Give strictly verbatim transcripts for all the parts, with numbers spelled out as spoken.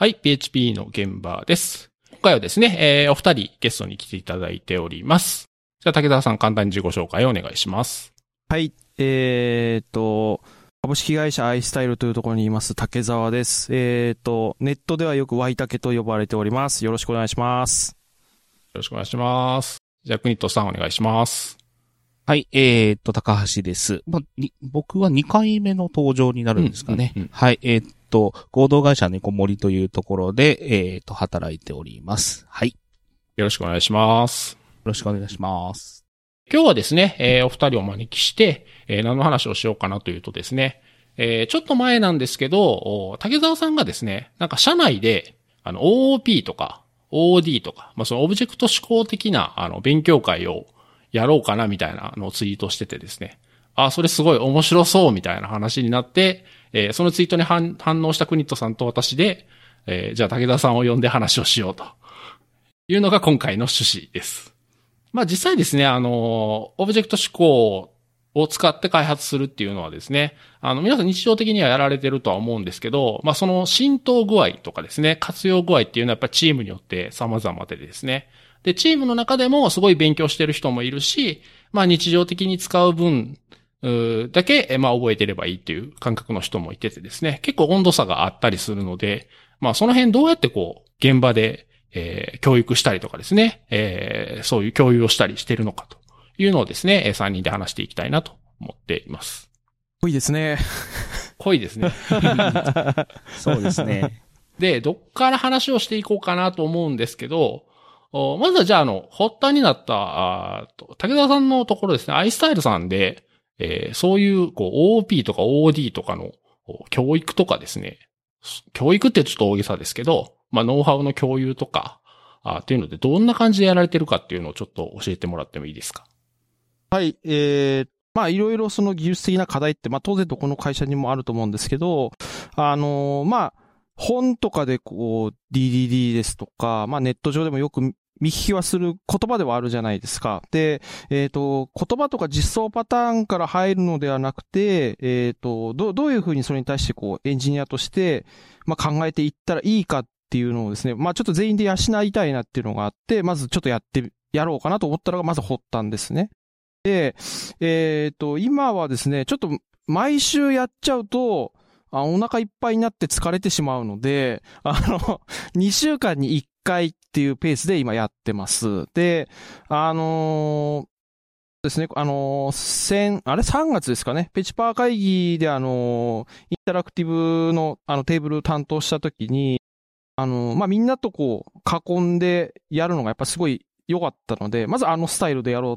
はい、ピーエイチピー の現場です。今回はですね、えー、お二人ゲストに来ていただいております。じゃあ、竹澤さん、簡単に自己紹介をお願いします。 はい、えーと、株式会社アイスタイルというところにいます竹澤です。えーと、ネットではよくワイタケと呼ばれております。よろしくお願いします。 よろしくお願いします。じゃあ、クニットさんお願いします。 はい、えーと、高橋です。まあ、僕はにかいめの登場になるんですかね。うんうんうん、はい、えーと、合同会社猫森というところで、えーと、働いております。はい。 よろしくお願いします。 よろしくお願いします。 今日はですね、えー、お二人をお招きして、えー、何の話をしようかなというとですね、えー、ちょっと前なんですけど、竹澤さんがですね、なんか社内で、あの、オーオーピー とか、オーディー とか、まあ、そのオブジェクト思考的な、あの、勉強会をやろうかなみたいなのをツイートしててですね、あ、それすごい面白そうみたいな話になって、えー、そのツイートに反応したクニットさんと私で、えー、じゃあ竹澤さんを呼んで話をしようというのが今回の趣旨です。まあ実際ですね、あの、オブジェクト思考を使って開発するっていうのはですね、あの、皆さん日常的にはやられてるとは思うんですけど、まあその浸透具合とかですね、活用具合っていうのはやっぱりチームによって様々でですね、で、チームの中でもすごい勉強してる人もいるし、まあ日常的に使う分だけ、まあ覚えてればいいっていう感覚の人もいててですね、結構温度差があったりするので、まあその辺どうやってこう、現場でえー、教育したりとかですね、えー、そういう共有をしたりしているのかというのをですね、さんにんで話していきたいなと思っています。 濃いですね。 濃いですね。 そうですね。 で、どっから話をしていこうかなと思うんですけど、まずはじゃあ、あの、発端になった、あ竹澤さんのところですね、アイスタイルさんで、えー、そういう、こう、オーピー とか オーディー とかの教育とかですね、教育ってちょっと大げさですけど、まあ、ノウハウの共有とか、あっていうので、どんな感じでやられてるかっていうのをちょっと教えてもらってもいいですか？ はい、えー、まあ、いろいろその技術的な課題って、まあ、当然どこの会社にもあると思うんですけど、あのー、まあ、本とかでこう、ディーディーディー ですとか、まあ、ネット上でもよく見聞きはする言葉ではあるじゃないですか。で、えっと、言葉とか実装パターンから入るのではなくて、えっと、ど、どういうふうにそれに対してこう、エンジニアとして、まあ、考えていったらいいかっていうのをですね、まあ、ちょっと全員で養いたいなっていうのがあって、まずちょっとやって、やろうかなと思ったのがまず発端ですね。で、えっと、今はですね、ちょっと毎週やっちゃうと、あ、お腹いっぱいになって疲れてしまうので、あの、にしゅうかんにいっかいっていうペースで今やってます。で、あのー、ですね、あのー、先、あれさんがつですかね、ペチパー会議であのー、インタラクティブのあのテーブル担当したときに、あのー、まあ、みんなとこう、囲んでやるのがやっぱすごい良かったので、まずあのスタイルでやろうって、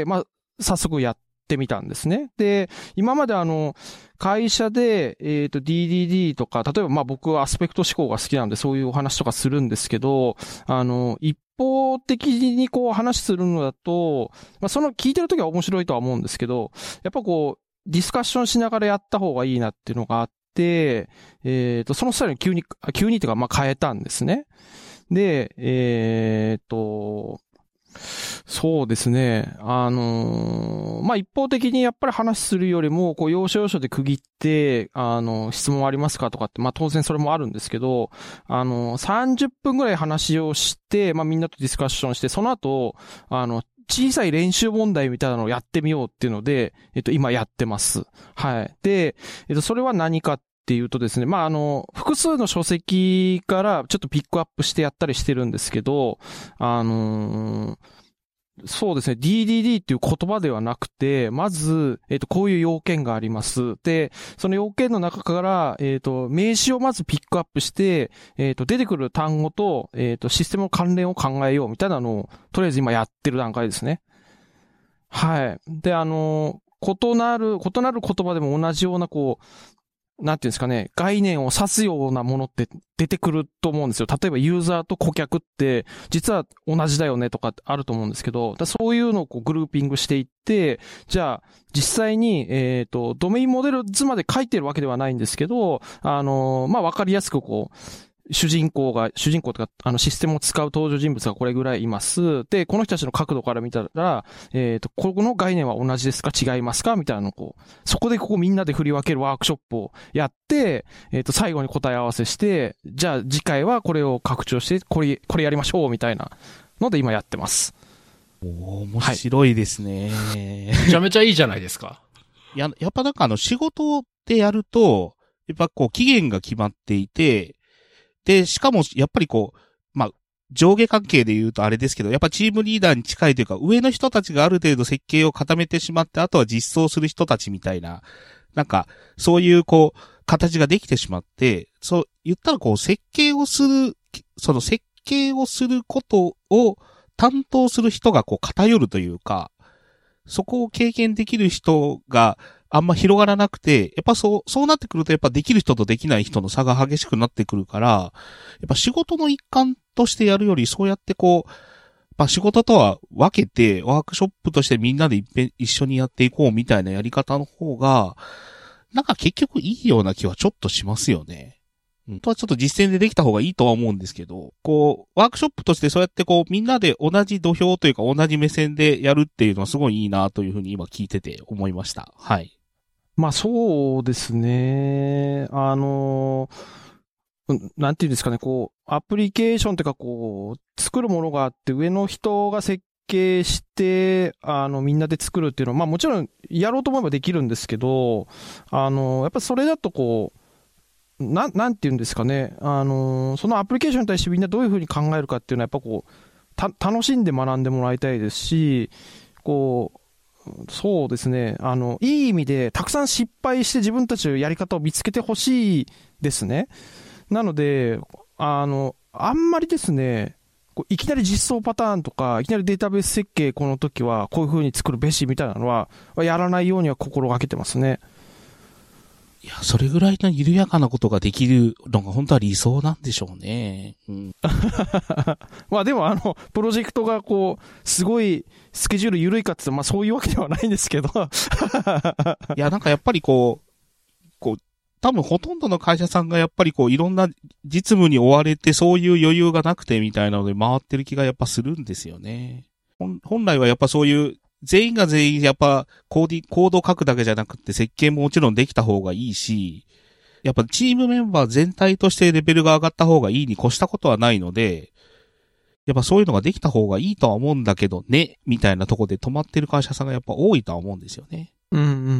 まあ、早速やってみたんですね。で、今まであの、会社で、えっと、ディーディーディー とか、例えばまあ僕はアスペクト思考が好きなんでそういうお話とかするんですけど、あの、一方的にこう話するのだと、まあその聞いてるときは面白いとは思うんですけど、やっぱこう、ディスカッションしながらやった方がいいなっていうのがあって、えっと、そのスタイルに急に、急にというかまあ変えたんですね。で、えっと、そうですね。あのー、まあ、一方的にやっぱり話するよりも、こう、要所要所で区切って、あの、質問ありますかとかって、まあ、当然それもあるんですけど、あの、さんじゅっぷんぐらい話をして、まあ、みんなとディスカッションして、その後、あの、小さい練習問題みたいなのをやってみようっていうので、えっと、今やってます。はい。で、えっと、それは何かっていうとですね、まあ、あの、複数の書籍からちょっとピックアップしてやったりしてるんですけど、あのー、そうですね。ディーディーディー っていう言葉ではなくて、まず、えっと、こういう要件があります。で、その要件の中から、えっと、名詞をまずピックアップして、えっと、出てくる単語と、えっと、システムの関連を考えようみたいなのを、とりあえず今やってる段階ですね。はい。で、あの、異なる、異なる言葉でも同じような、こう、なんていうんですかね、概念を指すようなものって出てくると思うんですよ。例えばユーザーと顧客って実は同じだよねとかあると思うんですけど、だそういうのをこうグルーピングしていって、じゃあ実際に、えっと、ドメインモデル図まで書いてるわけではないんですけど、あの、まあ、わかりやすくこう、 主人公が、主人公とか、あの、システムを使う登場人物がこれぐらいいます。で、この人たちの角度から見たら、えっと、この概念は同じですか違いますかみたいなのをこう、そこでここみんなで振り分けるワークショップをやって、えっと、最後に答え合わせして、じゃあ次回はこれを拡張して、これ、これやりましょうみたいなので今やってます。 おー、面白いですね、はい。 めちゃめちゃいいじゃないですか。 や、やっぱなんかあの、仕事でやると、やっぱこう、期限が決まっていて、で、しかも、やっぱりこう、まあ、上下関係で言うとあれですけど、やっぱチームリーダーに近いというか、上の人たちがある程度設計を固めてしまって、あとは実装する人たちみたいな、なんか、そういうこう、形ができてしまって、そう、言ったらこう、設計をする、その設計をすることを担当する人がこう、偏るというか、そこを経験できる人が、あんま広がらなくて、やっぱそう、そうなってくるとやっぱできる人とできない人の差が激しくなってくるから、やっぱ仕事の一環としてやるより、そうやってこう、まあ仕事とは分けて、ワークショップとしてみんなでいっぺん一緒にやっていこうみたいなやり方の方が、なんか結局いいような気はちょっとしますよね。うん。とはちょっと実践でできた方がいいとは思うんですけど、こう、ワークショップとしてそうやってこう、みんなで同じ土俵というか同じ目線でやるっていうのはすごいいいなというふうに今聞いてて思いました。はい。 まあそうですね。あの、なんていうんですかね、こう、アプリケーションというかこう、作るものがあって上の人が設計して、あの、みんなで作るっていうのは、まあもちろんやろうと思えばできるんですけど、あの、やっぱそれだとこう、な、なんていうんですかね、あの、そのアプリケーションに対してみんなどういうふうに考えるかっていうのはやっぱこう、た、楽しんで学んでもらいたいですし、こう、そうですね。あの、いい意味で、たくさん失敗して自分たちのやり方を見つけてほしいですね。なので、あの、あんまりですね、こういきなり実装パターンとか、いきなりデータベース設計この時はこういう風に作るべしみたいなのは、やらないようには心がけてますね。 いや、それぐらいの緩やかなことができるのが本当は理想なんでしょうね。うん、 まあでもあの、プロジェクトがこう、すごいスケジュール緩いかって言ったら、まあそういうわけではないんですけど。 いや、なんかやっぱりこう、こう、多分ほとんどの会社さんがやっぱりこういろんな実務に追われてそういう余裕がなくてみたいなので回ってる気がやっぱするんですよね。本来はやっぱそういう全員が全員やっぱコーディ、コードを書くだけじゃなくて設計ももちろんできた方がいいし、やっぱチームメンバー全体としてレベルが上がった方がいいに越したことはないので、やっぱそういうのができた方がいいとは思うんだけどね、みたいなところで止まってる会社さんがやっぱ多いとは思うんですよね。 うんうんうんうん。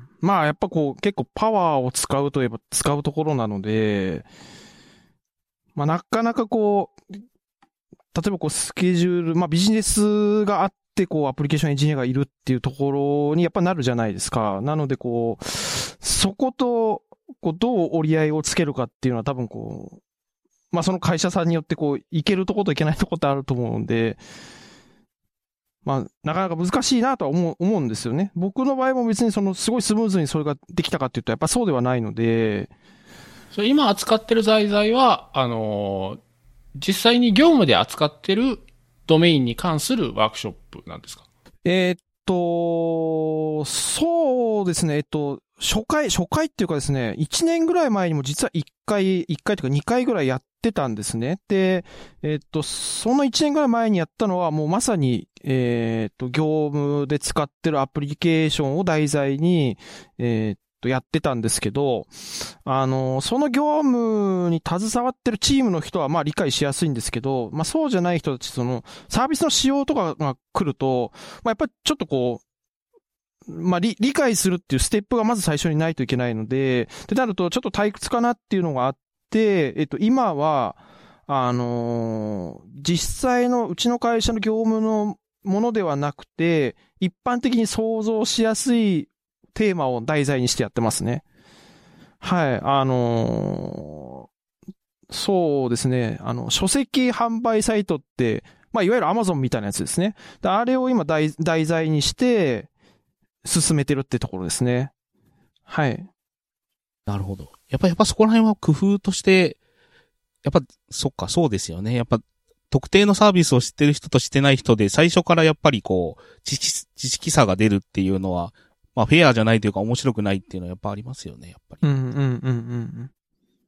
まあやっぱこう結構パワーを使うといえば使うところなので、まあなかなかこう、例えばこうスケジュール、まあビジネスがあってこうアプリケーションエンジニアがいるっていうところにやっぱなるじゃないですか。なのでこう、そことこうどう折り合いをつけるかっていうのは多分こう、まあその会社さんによってこう、いけるところといけないところってあると思うんで、まあ、なかなか難しいなとは思う、思うんですよね。僕の場合も別にその、すごいスムーズにそれができたかっていうと、やっぱそうではないので。 それ今扱ってる材材は、あのー、実際に業務で扱ってるドメインに関するワークショップなんですか？ えー、っと、そうですね、えっと、初回、初回っていうかですね、いちねんぐらい前にも実はいっかい、いっかいというかにかいぐらいやってたんですね。で、えっと、そのいちねんぐらい前にやったのはもうまさに、えっと、業務で使ってるアプリケーションを題材に、えっと、やってたんですけど、あの、その業務に携わってるチームの人はまあ理解しやすいんですけど、まあそうじゃない人たち、その、サービスの仕様とかが来ると、まあやっぱりちょっとこう、まあ、理、理解するっていうステップがまず最初にないといけないので、ってなるとちょっと退屈かなっていうのがあって、えっと、今は、あのー、実際のうちの会社の業務のものではなくて、一般的に想像しやすいテーマを題材にしてやってますね。はい、あのー、そうですね、あの、書籍販売サイトって、まあ、いわゆる Amazon みたいなやつですね。あれを今題、題材にして、進めてるってところですね。はい。 なるほど。やっぱ、やっぱそこら辺は工夫として、やっぱ、そっか、そうですよね。やっぱ、特定のサービスを知ってる人と知ってない人で、最初からやっぱりこう、知識、知識差が出るっていうのは、まあ、フェアじゃないというか面白くないっていうのはやっぱありますよね、やっぱり。 うんうんうんうん。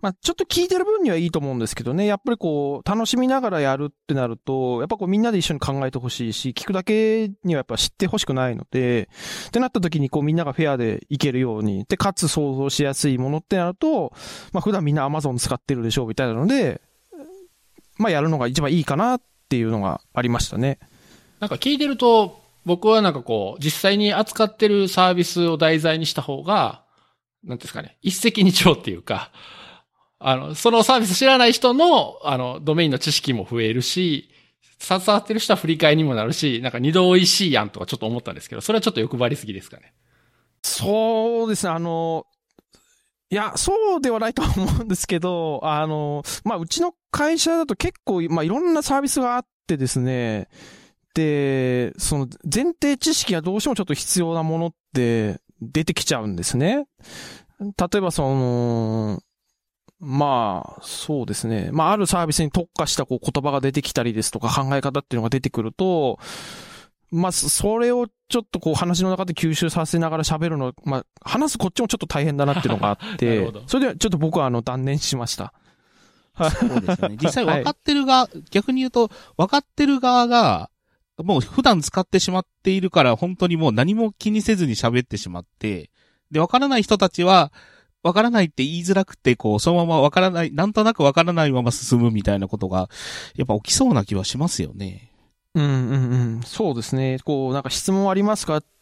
まあ、ちょっと聞いてる分にはいいと思うんですけどね。やっぱりこう、楽しみながらやるってなると、やっぱこうみんなで一緒に考えてほしいし、聞くだけにはやっぱ知ってほしくないので、ってなった時にこうみんながフェアでいけるように、で、かつ想像しやすいものってなると、まあ普段みんな Amazon 使ってるでしょうみたいなので、まあやるのが一番いいかなっていうのがありましたね。 なんか聞いてると、僕はなんかこう、実際に扱ってるサービスを題材にした方が、なんですかね、一石二鳥っていうか、あの、そのサービス知らない人の、あの、ドメインの知識も増えるし、携わってる人は振り返りにもなるし、なんか二度美味しいやんとかちょっと思ったんですけど、それはちょっと欲張りすぎですかね。 そうですね、あの、いや、そうではないとは思うんですけど、あの、まあ、うちの会社だと結構、まあ、いろんなサービスがあってですね、で、その前提知識がどうしてもちょっと必要なものって出てきちゃうんですね。例えばその、まあ、そうですね。まあ、あるサービスに特化したこう言葉が出てきたりですとか考え方っていうのが出てくると、まあ、それをちょっとこう話の中で吸収させながら喋るの、まあ、話すこっちもちょっと大変だなっていうのがあって、それではちょっと僕はあの断念しました。 そうですよね。実際分かってる側、はい、逆に言うと、分かってる側が、もう普段使ってしまっているから、本当にもう何も気にせずに喋ってしまって、で、分からない人たちは、分からないって言いづらくて、こう、そのまま分からない、なんとなく分からないまま進むみたいなことが、やっぱ起きそうな気はしますよね。 うんうんうん。そうですね。こう、なんか質問ありますかって、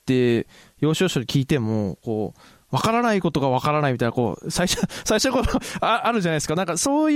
要所要所で聞いても、こう、わからないことがわからないみたいな、こう、最初、最初の頃あ、あるじゃないですか。なんかそういう、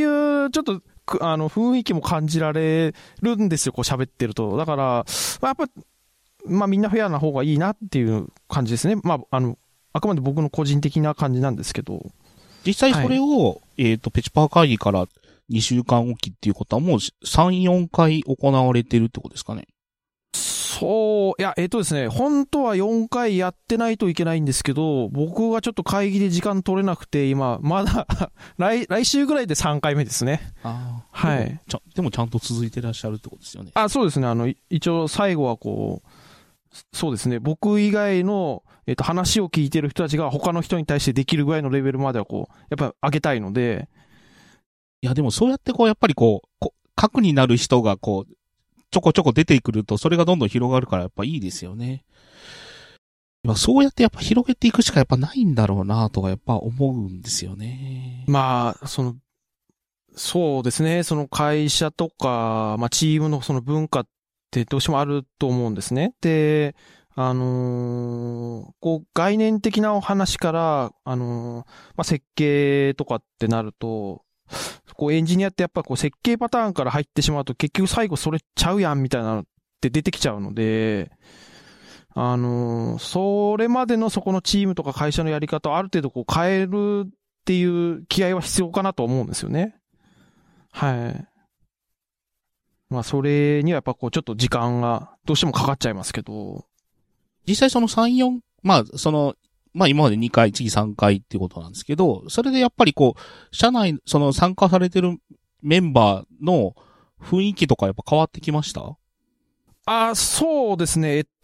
ちょっと、あの、雰囲気も感じられるんですよ、こう喋ってると。だから、まあ、やっぱ、まあみんなフェアな方がいいなっていう感じですね。まあ、あの、あくまで僕の個人的な感じなんですけど。 実際それを、はい、えっと、ペチパー会議からにしゅうかんおきっていうことはもうさん、よんかい行われてるってことですかね。 そう、いや、えっとですね、本当はよんかいやってないといけないんですけど、僕がちょっと会議で時間取れなくて、今、まだ来、来週ぐらいでさんかいめですね。 ああ。 はい。 でもちゃ、でもちゃんと続いてらっしゃるってことですよね。 あ、そうですね。あの、一応最後はこう、そうですね。僕以外の、えっと、話を聞いてる人たちが他の人に対してできるぐらいのレベルまではこう、やっぱ上げたいので。 いや、でもそうやってこう、やっぱりこう、こ核になる人がこう、ちょこちょこ出てくると、それがどんどん広がるからやっぱいいですよね。そうやってやっぱ広げていくしかやっぱないんだろうなとかやっぱ思うんですよね。 まあ、その、そうですね。その会社とか、まあチームのその文化ってどうしてもあると思うんですね。で、あのー、こう概念的なお話から、あのー、まあ設計とかってなると、こうエンジニアってやっぱこう設計パターンから入ってしまうと結局最後それちゃうやんみたいなのって出てきちゃうので、あのー、それまでのそこのチームとか会社のやり方をある程度こう変えるっていう気合は必要かなと思うんですよね。はい。まあそれにはやっぱこうちょっと時間がどうしてもかかっちゃいますけど。 実際そのさん、よん、まあその、まあ今までにかい、次さんかいっていうことなんですけど、それでやっぱりこう、社内、その参加されてるメンバーの雰囲気とかやっぱ変わってきました？ あ、そうですね。えっ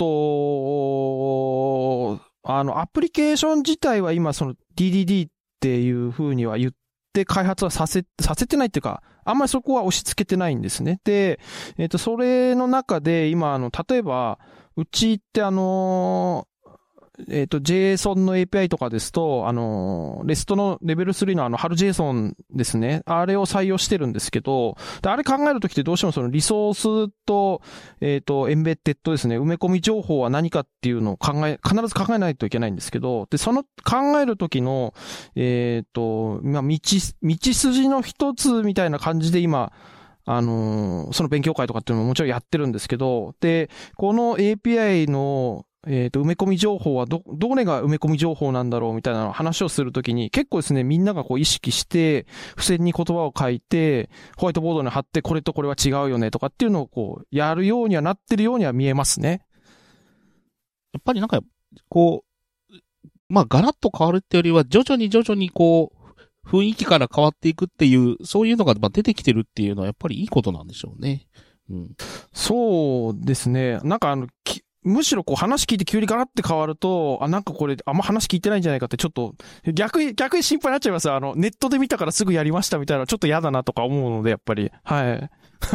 と、あの、アプリケーション自体は今その ディーディーディー っていう風には言って開発はさせ、させてないっていうか、あんまりそこは押し付けてないんですね。で、えっと、それの中で今、あの、例えば、うちってあの、えっと、JSON の エーピーアイ とかですと、あの、レストのレベルスリーのあの、ハル JSON ですね。あれを採用してるんですけど、であれ考えるときってどうしてもそのリソースと、えっと、エンベッテッドですね。埋め込み情報は何かっていうのを考え、必ず考えないといけないんですけど、で、その考えるときの、えっと、まあ、道、道筋の一つみたいな感じで今、あのー、その勉強会とかっていうのももちろんやってるんですけど、で、この エーピーアイ のえっと、埋め込み情報はど、どれが埋め込み情報なんだろうみたいな話をするときに、結構ですね、みんながこう意識して、付箋に言葉を書いて、ホワイトボードに貼って、これとこれは違うよねとかっていうのをこう、やるようにはなってるようには見えますね。 やっぱりなんか、こう、まあ、ガラッと変わるってよりは、徐々に徐々にこう、雰囲気から変わっていくっていう、そういうのが出てきてるっていうのはやっぱりいいことなんでしょうね。うん。 そうですね。なんかあの、きむしろこう話聞いて急にガラッて変わると、あ、なんかこれあんま話聞いてないんじゃないかってちょっと、逆に、逆に心配になっちゃいます。あの、ネットで見たからすぐやりましたみたいな、ちょっと嫌だなとか思うので、やっぱり。はい。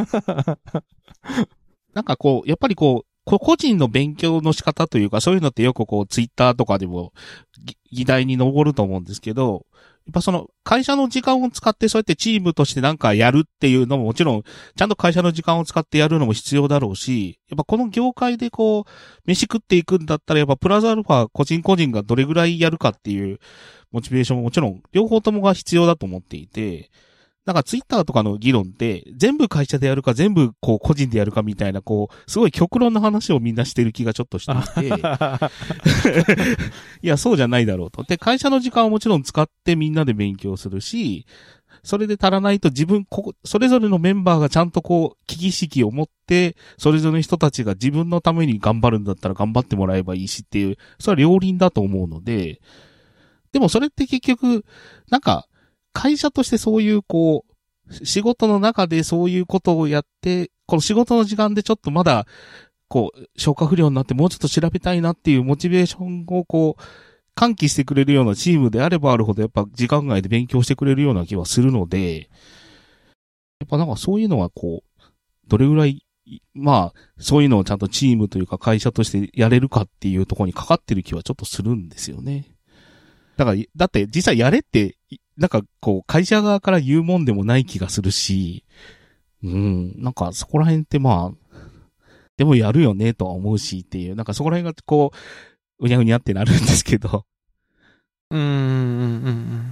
なんかこう、やっぱりこう、個人の勉強の仕方というか、そういうのってよくこう、ツイッターとかでも議題に上ると思うんですけど、やっぱその会社の時間を使ってそうやってチームとしてなんかやるっていうのももちろんちゃんと会社の時間を使ってやるのも必要だろうし、やっぱこの業界でこう飯食っていくんだったらやっぱプラスアルファ個人個人がどれぐらいやるかっていうモチベーションももちろん両方ともが必要だと思っていて、なんかツイッターとかの議論って全部会社でやるか全部こう個人でやるかみたいなこうすごい極論の話をみんなしてる気がちょっとしていていやそうじゃないだろうと。で会社の時間をもちろん使ってみんなで勉強するし、それで足らないと自分ここそれぞれのメンバーがちゃんとこう危機意識を持ってそれぞれの人たちが自分のために頑張るんだったら頑張ってもらえばいいしっていう、それは両輪だと思うので、でもそれって結局なんか会社としてそういうこう、仕事の中でそういうことをやって、この仕事の時間でちょっとまだ、こう、消化不良になってもうちょっと調べたいなっていうモチベーションをこう、喚起してくれるようなチームであればあるほどやっぱ時間外で勉強してくれるような気はするので、やっぱなんかそういうのはこう、どれぐらい、まあ、そういうのをちゃんとチームというか会社としてやれるかっていうところにかかってる気はちょっとするんですよね。だから、だって実際やれって、なんかこう会社側から言うもんでもない気がするし、うん、なんかそこら辺ってまあ、でもやるよねとは思うしっていう、なんかそこら辺がこう、うにゃうにゃってなるんですけど。 うーん、うん、うん。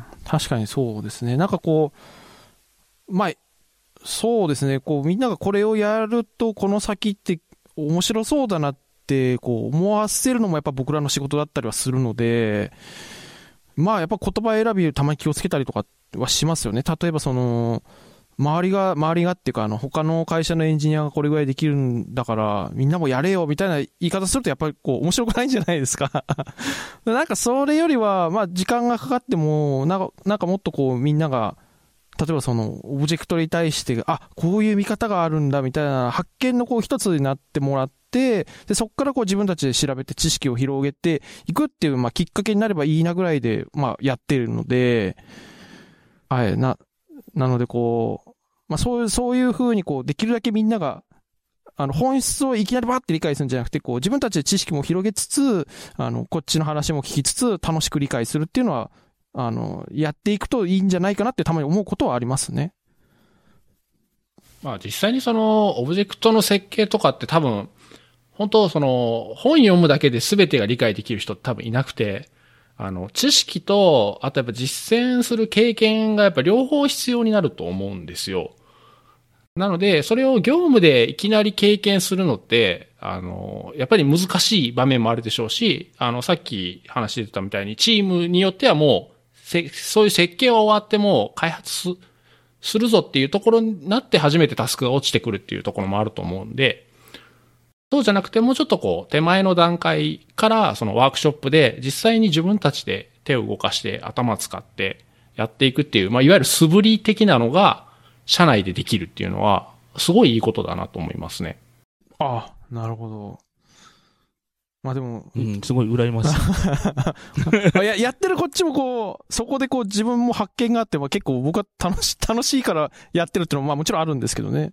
確かにそうですね。なんかこう、まあ、そうですね。こうみんながこれをやるとこの先って面白そうだなってこう思わせるのもやっぱ僕らの仕事だったりはするので、まあやっぱ言葉選びたまに気をつけたりとかはしますよね。例えばその周りが周りがっていうかあの他の会社のエンジニアがこれぐらいできるんだからみんなもやれよみたいな言い方するとやっぱりこう面白くないんじゃないですかなんかそれよりはまあ時間がかかってもなんかなんかもっとこうみんなが例えばそのオブジェクトに対してあこういう見方があるんだみたいな発見のこう一つになってもらってでそこからこう自分たちで調べて知識を広げていくっていう、まあ、きっかけになればいいなぐらいで、まあ、やってるので、はい、な、なのでこう、まあ、そういう、そういう風にこう、できるだけみんなが、あの、本質をいきなりバーって理解するんじゃなくて、こう、自分たちで知識も広げつつ、あの、こっちの話も聞きつつ、楽しく理解するっていうのは、あの、やっていくといいんじゃないかなってたまに思うことはありますね。 まあ実際にその、オブジェクトの設計とかって多分、本当その、本読むだけで全てが理解できる人って多分いなくて、あの、知識と、あとやっぱ実践する経験がやっぱ両方必要になると思うんですよ。なので、それを業務でいきなり経験するのって、あの、やっぱり難しい場面もあるでしょうし、あの、さっき話してたみたいに、チームによってはもう、せそういう設計は終わっても開発す、するぞっていうところになって初めてタスクが落ちてくるっていうところもあると思うんで、そうじゃなくてもうちょっとこう手前の段階からそのワークショップで実際に自分たちで手を動かして頭使ってやっていくっていう、まあいわゆる素振り的なのが社内でできるっていうのはすごいいいことだなと思いますね。 ああ、なるほど。まあでも、 うん、すごい羨ましい。 や, やってるこっちもこう、そこでこう自分も発見があって、まあ、結構僕は楽し、楽しいからやってるっていうのもまあもちろんあるんですけどね。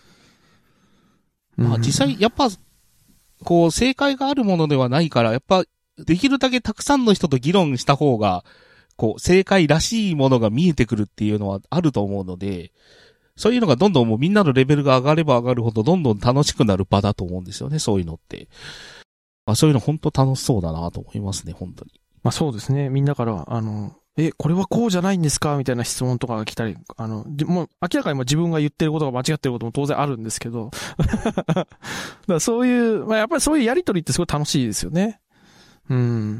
まあ実際やっぱ、こう、正解があるものではないから、やっぱ、できるだけたくさんの人と議論した方が、こう、正解らしいものが見えてくるっていうのはあると思うので、そういうのがどんどんもうみんなのレベルが上がれば上がるほど、どんどん楽しくなる場だと思うんですよね、そういうのって。まあそういうの本当楽しそうだなと思いますね、本当に。 まあそうですね、みんなから、あの、え、これはこうじゃないんですかみたいな質問とかが来たり、あの、もう明らかに自分が言ってることが間違ってることも当然あるんですけど、だからそういう、まあやっぱりそういうやりとりってすごい楽しいですよね。うん。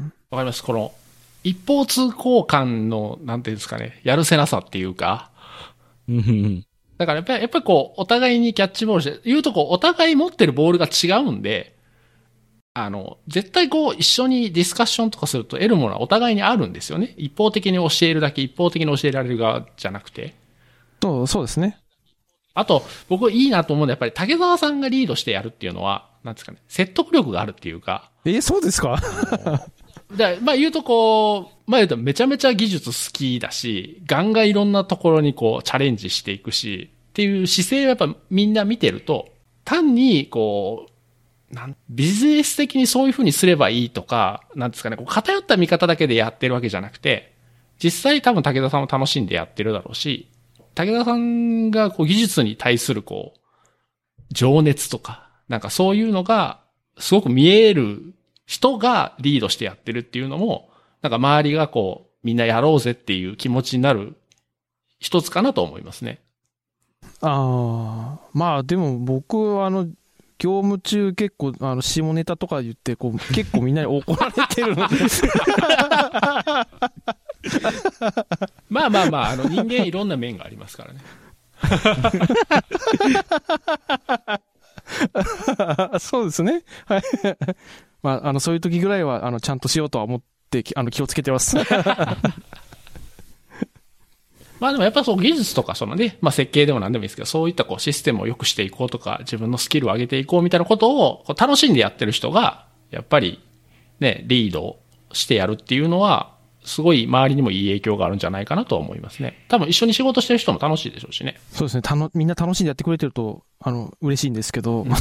わかります。この、一方通行感の、なんていうんですかね、やるせなさっていうか、だからやっぱり、やっぱりこう、お互いにキャッチボールして、言うとこう、お互い持ってるボールが違うんで、あの、絶対こう一緒にディスカッションとかすると得るものはお互いにあるんですよね。一方的に教えるだけ、一方的に教えられる側じゃなくて。 そう、そうですね。 あと、僕いいなと思うのはやっぱり竹澤さんがリードしてやるっていうのは、 なんですかね、説得力があるっていうか。 え、そうですか？ で、まあ言うとこう、まあ言うとめちゃめちゃ技術好きだし、ガンガンいろんなところにこうチャレンジしていくし、っていう姿勢をやっぱみんな見てると、単にこう、なんビジネス的にそういう風にすればいいとか、なんですかね、こう偏った見方だけでやってるわけじゃなくて、実際多分武田さんも楽しんでやってるだろうし、武田さんがこう技術に対するこう、情熱とか、なんかそういうのがすごく見える人がリードしてやってるっていうのも、なんか周りがこう、みんなやろうぜっていう気持ちになる一つかなと思いますね。 ああ、まあでも僕はあの、業務中結構あの下ネタとか言ってこう結構みんなに怒られてるのでまあまあまあ、あの人間いろんな面がありますからね。 そうですね。はい。まあ、あの、そういう時ぐらいは、あの、ちゃんとしようとは思って、あの、気をつけてます。 まあでもやっぱそう技術とかそのね、まあ設計でも何でもいいですけど、そういったこうシステムを良くしていこうとか、自分のスキルを上げていこうみたいなことをこう楽しんでやってる人が、やっぱりね、リードしてやるっていうのは、すごい周りにもいい影響があるんじゃないかなと思いますね。多分一緒に仕事してる人も楽しいでしょうしね。 そうですね。たの、みんな楽しんでやってくれてると、あの、嬉しいんですけど。うん、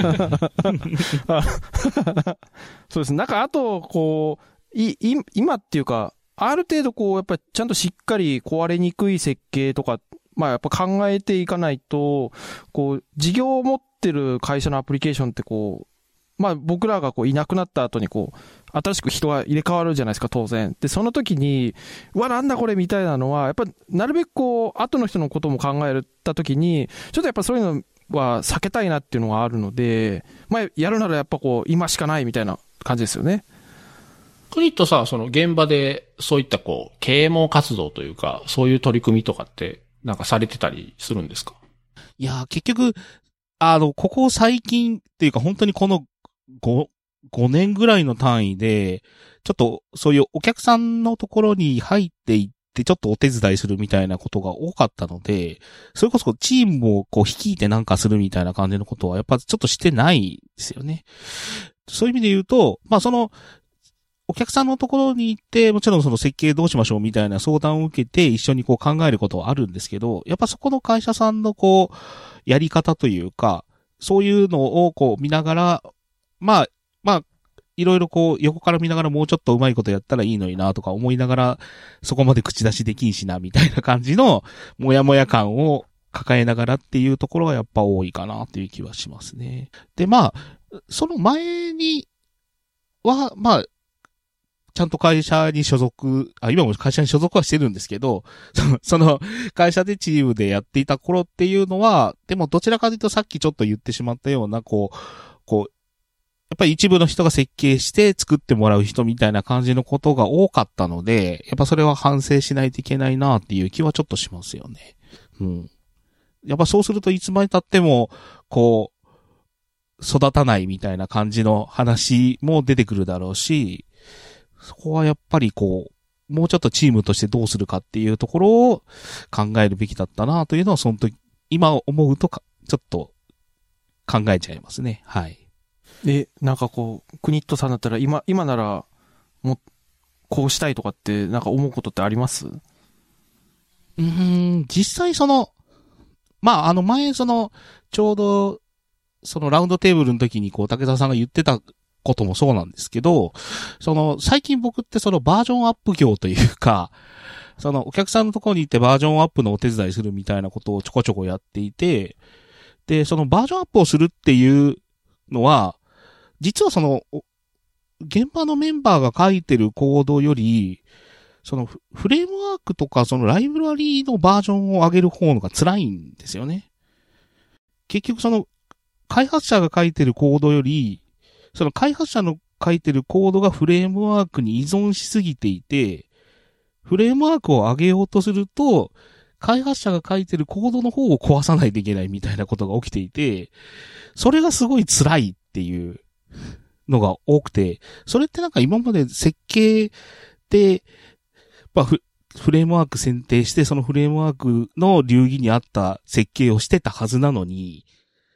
そうですね。なんかあと、こう、い、い、今っていうか、ある程度こう、やっぱりちゃんとしっかり壊れにくい設計とか、まあやっぱ考えていかないと、こう、事業を持ってる会社のアプリケーションってこう、まあ僕らがこういなくなった後にこう、新しく人が入れ替わるじゃないですか、当然。で、その時に、うわ、なんだこれみたいなのは、やっぱなるべくこう、後の人のことも考えた時に、ちょっとやっぱそういうのは避けたいなっていうのがあるので、まあやるならやっぱこう、今しかないみたいな感じですよね。 クニットさ、その現場でそういったこう、啓蒙活動というか、そういう取り組みとかってなんかされてたりするんですか？ いや、結局、あの、ここ最近っていうか本当にこのご、ごねんぐらいの単位で、ちょっとそういうお客さんのところに入っていってちょっとお手伝いするみたいなことが多かったので、それこそチームをこう率いてなんかするみたいな感じのことはやっぱちょっとしてないですよね。そういう意味で言うと、まあその、お客さんのところに行って、もちろんその設計どうしましょうみたいな相談を受けて一緒にこう考えることはあるんですけど、やっぱそこの会社さんのこう、やり方というか、そういうのをこう見ながら、まあ、まあ、いろいろこう横から見ながらもうちょっとうまいことやったらいいのになとか思いながら、そこまで口出しできんしなみたいな感じの、もやもや感を抱えながらっていうところがやっぱ多いかなっていう気はしますね。で、まあ、その前には、まあ、ちゃんと会社に所属、あ、今も会社に所属はしてるんですけど、その、その会社でチームでやっていた頃っていうのは、でもどちらかというとさっきちょっと言ってしまったような、こう、こう、やっぱり一部の人が設計して作ってもらう人みたいな感じのことが多かったので、やっぱそれは反省しないといけないなっていう気はちょっとしますよね。うん。やっぱそうするといつまで経っても、こう、育たないみたいな感じの話も出てくるだろうし、そこはやっぱりこう、もうちょっとチームとしてどうするかっていうところを考えるべきだったなというのは、その時、今思うとか、ちょっと考えちゃいますね。はい。 え、なんかこう、クニットさんだったら今、今なら、もう、こうしたいとかって、なんか思うことってあります？ うーん、実際その、まあ、あの前その、ちょうど、そのラウンドテーブルの時にこう、竹澤さんが言ってたこともそうなんですけど、その、最近僕ってそのバージョンアップ業というか、そのお客さんのところに行ってバージョンアップのお手伝いするみたいなことをちょこちょこやっていて、で、そのバージョンアップをするっていうのは、実はその、現場のメンバーが書いてるコードより、そのフレームワークとかそのライブラリーのバージョンを上げる方のが辛いんですよね。結局その、開発者が書いてるコードより、その開発者の書いてるコードがフレームワークに依存しすぎていて、フレームワークを上げようとすると、開発者が書いてるコードの方を壊さないといけないみたいなことが起きていて、それがすごい辛いっていうのが多くて、それってなんか今まで設計で、まあフ、フレームワーク選定して、そのフレームワークの流儀に合った設計をしてたはずなのに、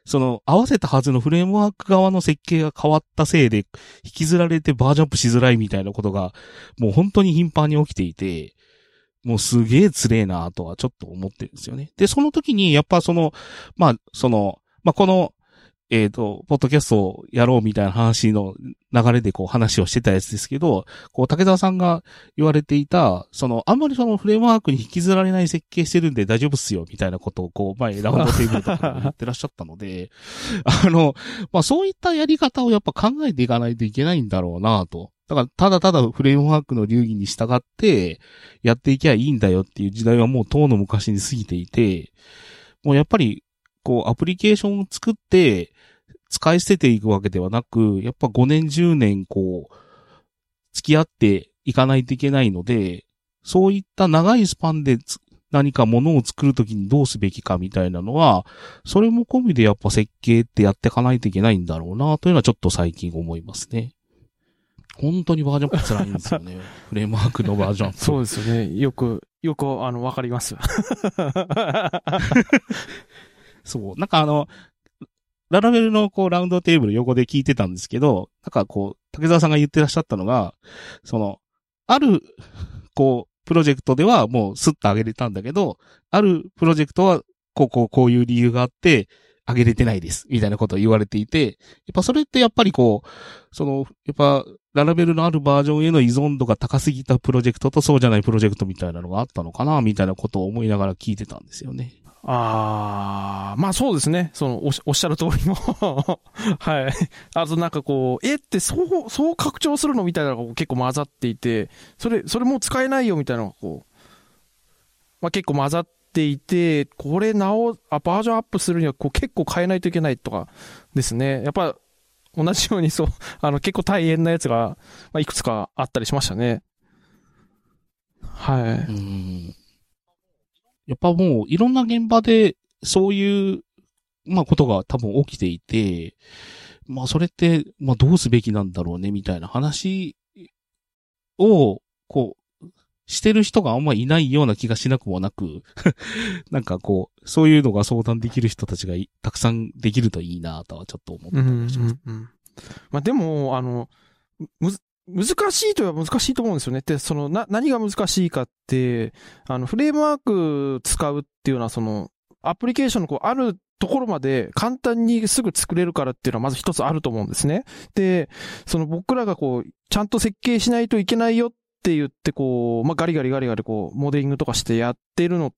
その合わせたはずのフレームワーク側の設計が変わったせいで引きずられてバージョンアップしづらいみたいなことがもう本当に頻繁に起きていて、もうすげえつれえなとはちょっと思ってるんですよね。で、その時にやっぱその、まあ、その、まあ、この、えっと、ポッドキャストをやろうみたいな話の流れでこう話をしてたやつですけど、こう、竹澤さんが言われていた、その、あんまりそのフレームワークに引きずられない設計してるんで大丈夫っすよ、みたいなことをこう、前、ラウンドテーブルとかで言ってらっしゃったので、あの、まあ、そういったやり方をやっぱ考えていかないといけないんだろうなと。だから、ただただフレームワークの流儀に従ってやっていきゃいいんだよっていう時代はもうとうの昔に過ぎていて、もうやっぱり、こう、アプリケーションを作って、使い捨てていくわけではなく、やっぱごねんじゅうねんこう、付き合っていかないといけないので、そういった長いスパンで何かものを作るときにどうすべきかみたいなのは、それも込みでやっぱ設計ってやっていかないといけないんだろうなというのはちょっと最近思いますね。本当にバージョンアップ辛いんですよね。フレームワークのバージョンアップ。 そうですよね。よく、よく、あの、わかります。 そう。なんかあの、ララベルのこうラウンドテーブル横で聞いてたんですけど、なんかこう、竹澤さんが言ってらっしゃったのが、その、ある、こう、プロジェクトではもうスッと上げれたんだけど、あるプロジェクトは、こうこうこういう理由があって、上げれてないです。みたいなことを言われていて、やっぱそれってやっぱりこう、その、やっぱ、ララベルのあるバージョンへの依存度が高すぎたプロジェクトとそうじゃないプロジェクトみたいなのがあったのかな、みたいなことを思いながら聞いてたんですよね。 ああ、まあそうですね。その、おっしゃる通りの。はい。あとなんかこう、えってそう、そう拡張するのみたいなのが結構混ざっていて、それ、それもう使えないよみたいなのがこう、まあ結構混ざっていて、これ直、あ、バージョンアップするにはこう結構変えないといけないとかですね。やっぱ、同じようにそう、あの結構大変なやつが、まあ、いくつかあったりしましたね。はい。 うんやっぱもういろんな現場でそういう、まあことが多分起きていて、まあそれって、まあどうすべきなんだろうねみたいな話を、こう、してる人があんまいないような気がしなくもなく、なんかこう、そういうのが相談できる人たちがたくさんできるといいなとはちょっと思ってたりします。 うんうんうん、まあでも、あの、むず、難しいとは難しいと思うんですよね。で、その、な、何が難しいかって、あの、フレームワーク使うっていうのは、その、アプリケーションのこう、あるところまで簡単にすぐ作れるからっていうのはまず一つあると思うんですね。で、その僕らがこう、ちゃんと設計しないといけないよって言って、こう、まあ、ガリガリガリガリこう、モデリングとかしてやってるのって、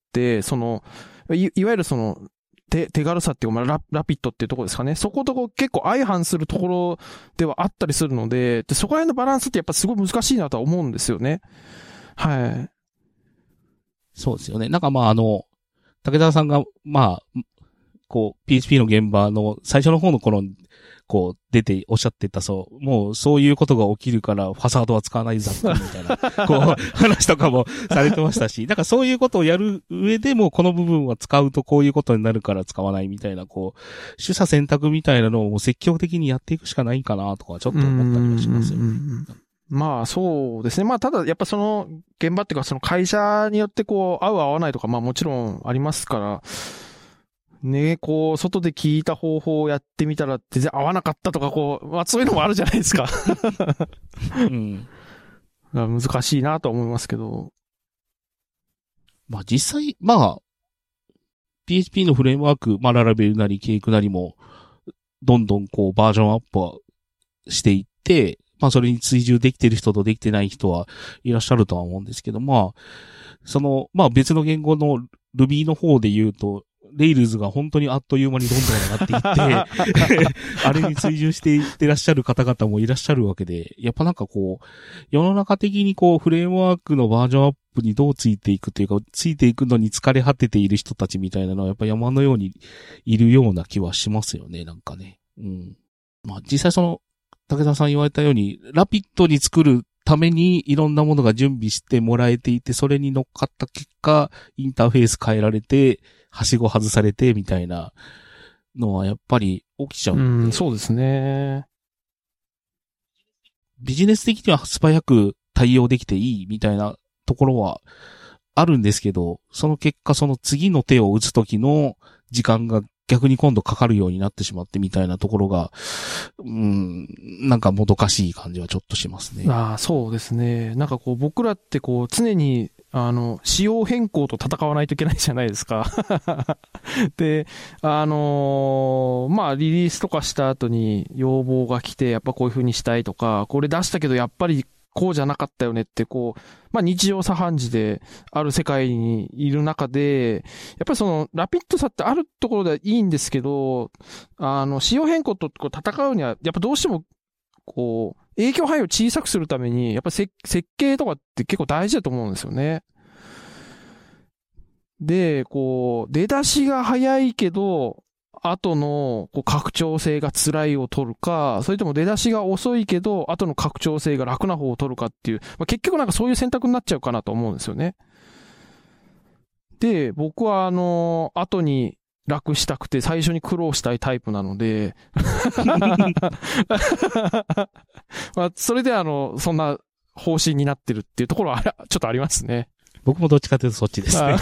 その、い、いわゆるその、手、手軽さっていうか、まあ、ラ、ラピッドっていうところですかね。そことこう結構相反するところではあったりするので、で、そこら辺のバランスってやっぱすごい難しいなとは思うんですよね。はい。 そうですよね。なんかまああの、武田さんが、まあ、こう、ピーエイチピー の現場の最初の方の頃に、こう、出ておっしゃってた、そう、もうそういうことが起きるから、ファサードは使わないざっくりみたいな、こう、話とかもされてましたし、なんかそういうことをやる上でも、この部分は使うとこういうことになるから使わないみたいな、こう、取捨選択みたいなのを積極的にやっていくしかないかなとか、ちょっと思ったりはしますよね。 まあそうですね。まあただやっぱその現場っていうかその会社によってこう合う合わないとかまあもちろんありますから、ね、こう、外で聞いた方法をやってみたら全然合わなかったとか、こう、まあそういうのもあるじゃないですか。うん。難しいなと思いますけど。 まあ実際、まあ、ピーエイチピー のフレームワーク、まあララベルなりケイクなりも、どんどんこうバージョンアップはしていって、まあそれに追従できてる人とできてない人はいらっしゃるとは思うんですけど、まあ、その、まあ別の言語の Ruby の方で言うと、レイルズが本当にあっという間にどんどん上がっていって、あれに追従していってらっしゃる方々もいらっしゃるわけで、やっぱなんかこう、世の中的にこう、フレームワークのバージョンアップにどうついていくというか、ついていくのに疲れ果てている人たちみたいなのはやっぱ山のようにいるような気はしますよね、なんかね。うん。まあ実際その、武田さん言われたように、ラピッドに作るためにいろんなものが準備してもらえていて、それに乗っかった結果、インターフェース変えられて、はしご外されてみたいなのはやっぱり起きちゃうんで。 うん、そうですね。 ビジネス的には素早く対応できていいみたいなところはあるんですけど、その結果その次の手を打つ時の時間が逆に今度かかるようになってしまってみたいなところが、うん、なんかもどかしい感じはちょっとしますね。 ああ、そうですね。なんかこう僕らってこう常にあの、仕様変更と戦わないといけないじゃないですか。で、あのー、まあ、リリースとかした後に要望が来て、やっぱこういう風にしたいとか、これ出したけどやっぱりこうじゃなかったよねって、こう、まあ日常茶飯事である世界にいる中で、やっぱりその、ラピッドさってあるところではいいんですけど、あの、仕様変更とこう戦うには、やっぱどうしても、こう、影響範囲を小さくするために、やっぱり設計とかって結構大事だと思うんですよね。で、こう、出だしが早いけど、後のこう拡張性が辛いを取るか、それとも出だしが遅いけど、後の拡張性が楽な方を取るかっていう、まあ、結局なんかそういう選択になっちゃうかなと思うんですよね。で、僕はあの、後に楽したくて最初に苦労したいタイプなので、まあ、それであの、そんな方針になってるっていうところはちょっとありますね。 僕もどっちかというとそっちですね。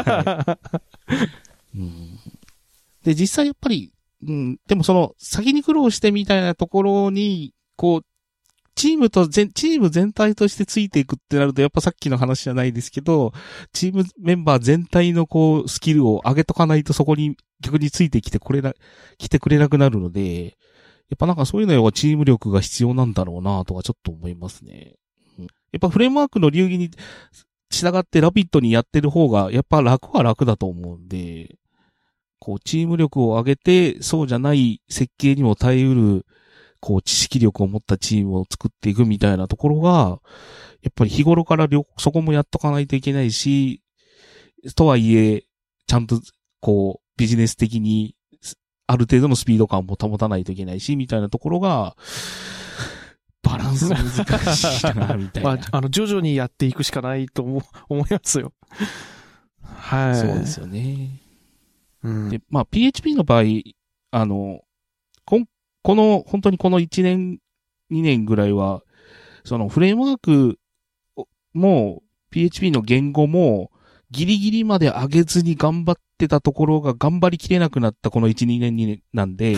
はいうん、で、実際やっぱり、うん、でもその、先に苦労してみたいなところに、こう、チームと全、チーム全体としてついていくってなると、やっぱさっきの話じゃないですけど、チームメンバー全体のこう、スキルを上げとかないとそこに逆についてきてくれな、来てくれなくなるので、やっぱなんかそういうのはチーム力が必要なんだろうなとかちょっと思いますね。うん、やっぱフレームワークの流儀に従ってラピッドにやってる方が、やっぱ楽は楽だと思うんで、こう、チーム力を上げて、そうじゃない設計にも耐えうる、こう、知識力を持ったチームを作っていくみたいなところが、やっぱり日頃からそこもやっとかないといけないし、とはいえ、ちゃんと、こう、ビジネス的に、ある程度のスピード感も保たないといけないし、みたいなところが、バランス難しいな、みたいな。まあ、あの、徐々にやっていくしかないと思、思いますよ。はい。 そうですよね。 うん、 で、まあ、ピーエイチピー の場合、あの、こ、この、本当にこのいちねん、にねんぐらいは、そのフレームワークも、ピーエイチピー の言語も、ギリギリまで上げずに頑張ってたところが頑張りきれなくなったこのいち、にねんになんで、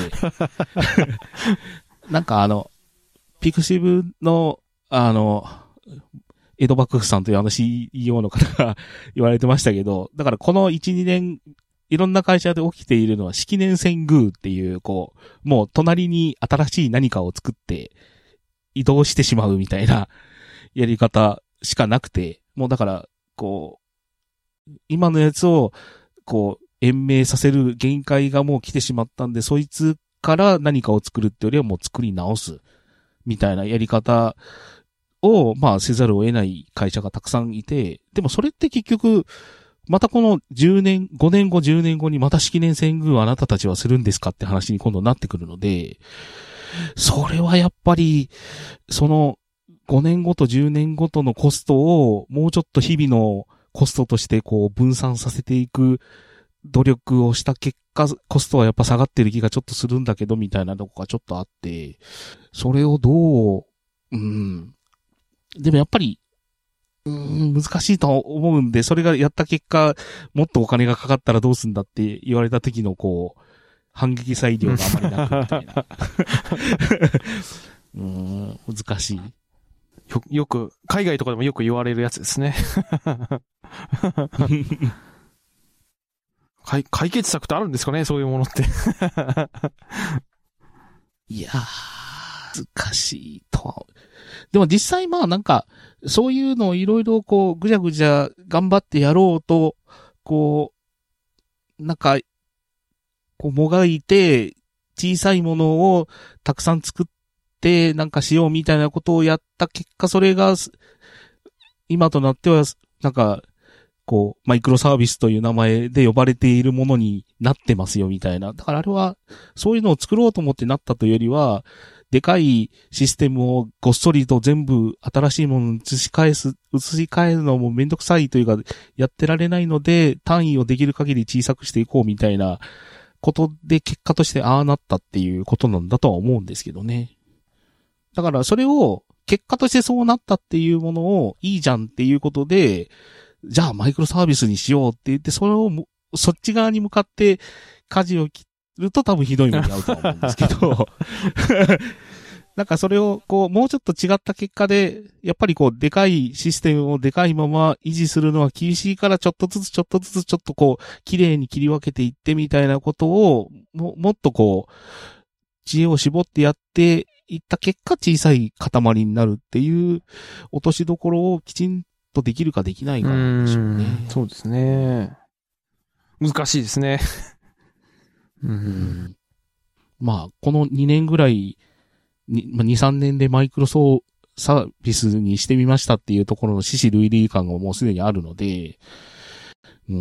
なんかあの、ピクシブの、あの、江戸幕府さんというあの シーイーオー の方が言われてましたけど、だからこのいち、にねん、いろんな会社で起きているのは式年遷宮っていう、こう、もう隣に新しい何かを作って移動してしまうみたいなやり方しかなくて、もうだから、こう、今のやつを、こう、延命させる限界がもう来てしまったんで、そいつから何かを作るってよりはもう作り直すみたいなやり方を、まあせざるを得ない会社がたくさんいて、でもそれって結局、またこのじゅうねん、ごねんご、じゅうねんごにまた式年遷宮をあなたたちはするんですかって話に今度なってくるので、それはやっぱり、そのごねんごとじゅうねんごとのコストをもうちょっと日々のコストとしてこう分散させていく努力をした結果、コストはやっぱ下がってる気がちょっとするんだけどみたいなとこがちょっとあって、それをどう、うん。でもやっぱり、うーん、難しいと思うんで、それがやった結果、もっとお金がかかったらどうすんだって言われた時のこう、反撃裁量があまりなくみたいな。うーん、難しい。 よ、よく、海外とかでもよく言われるやつですね。解、解決策ってあるんですかね、そういうものって。 いやー、難しいとは。でも実際まあなんか、そういうのをいろいろこう、ぐじゃぐじゃ頑張ってやろうと、こう、なんか、こう、もがいて、小さいものをたくさん作って、なんかしようみたいなことをやった結果、それが、今となっては、なんか、こう、マイクロサービスという名前で呼ばれているものになってますよみたいな。だからあれは、そういうのを作ろうと思ってなったというよりは、でかいシステムをごっそりと全部新しいものに移し返す、移し替えるのもめんどくさいというか、やってられないので、単位をできる限り小さくしていこうみたいなことで結果としてああなったっていうことなんだとは思うんですけどね。だからそれを結果としてそうなったっていうものをいいじゃんっていうことで、じゃあマイクロサービスにしようって言って、それをそっち側に向かって舵を切っると多分ひどい目に遭うとは思うんですけど、なんかそれをこう、もうちょっと違った結果で、やっぱりこう、でかいシステムをでかいまま維持するのは厳しいから、ちょっとずつちょっとずつちょっとこう、綺麗に切り分けていってみたいなことを、も、もっとこう、知恵を絞ってやっていった結果、小さい塊になるっていう落としどころをきちんとできるかできないかなんでしょうね。 うそうですね。難しいですね。 うん、まあ、このにねんぐらい、に、さんねんでマイクロソサービスにしてみましたっていうところの獅子類類感がもうすでにあるので、うん、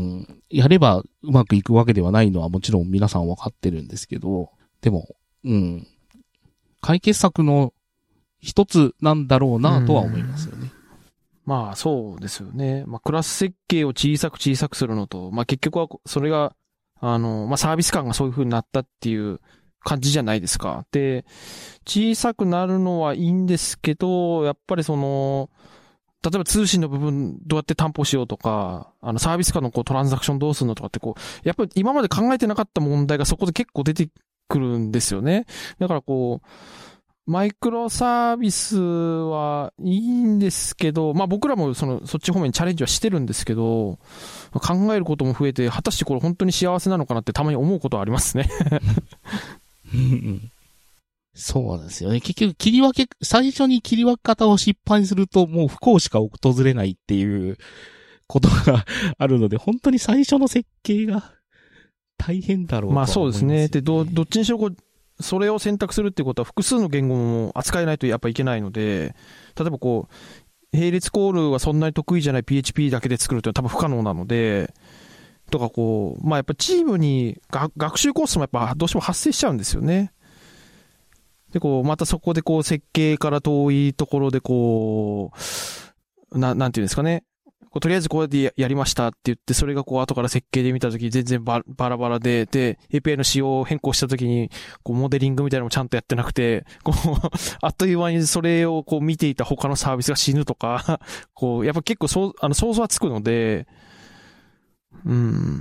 やればうまくいくわけではないのはもちろん皆さん分かってるんですけど、でも、うん、解決策の一つなんだろうなとは思いますよね。 まあそうですよね。まあクラス設計を小さく小さくするのと、まあ結局はそれが、あの、まあサービス感がそういう風になったっていう感じじゃないですか。で、小さくなるのはいいんですけど、やっぱりその、例えば通信の部分どうやって担保しようとか、あのサービス間のこうトランザクションどうするのとかってこう、やっぱり今まで考えてなかった問題がそこで結構出てくるんですよね。だからこう、マイクロサービスはいいんですけど、まあ僕らもその、そっち方面にチャレンジはしてるんですけど、考えることも増えて、果たしてこれ本当に幸せなのかなってたまに思うことはありますね。 そうなんですよね。結局切り分け、最初に切り分け方を失敗するともう不幸しか訪れないっていうことがあるので、本当に最初の設計が大変だろうとは思いますよね。 まあそうですね。で、ど、どっちにしろこう、それを選択するっていうことは複数の言語も扱えないとやっぱいけないので、例えばこう、並列コールはそんなに得意じゃない ピーエイチピー だけで作るって多分不可能なので、とかこう、まあやっぱチームにが学習コストもやっぱどうしても発生しちゃうんですよね。で、こう、またそこでこう設計から遠いところでこう、な、なんていうんですかね。こうとりあえずこうやって や, やりましたって言って、それがこう後から設計で見たとき全然ババラバラで、で、エーピーアイ の仕様を変更したときに、こうモデリングみたいなのもちゃんとやってなくて、こう、あっという間にそれをこう見ていた他のサービスが死ぬとか、こう、やっぱ結構そう、あの、想像はつくので、うん。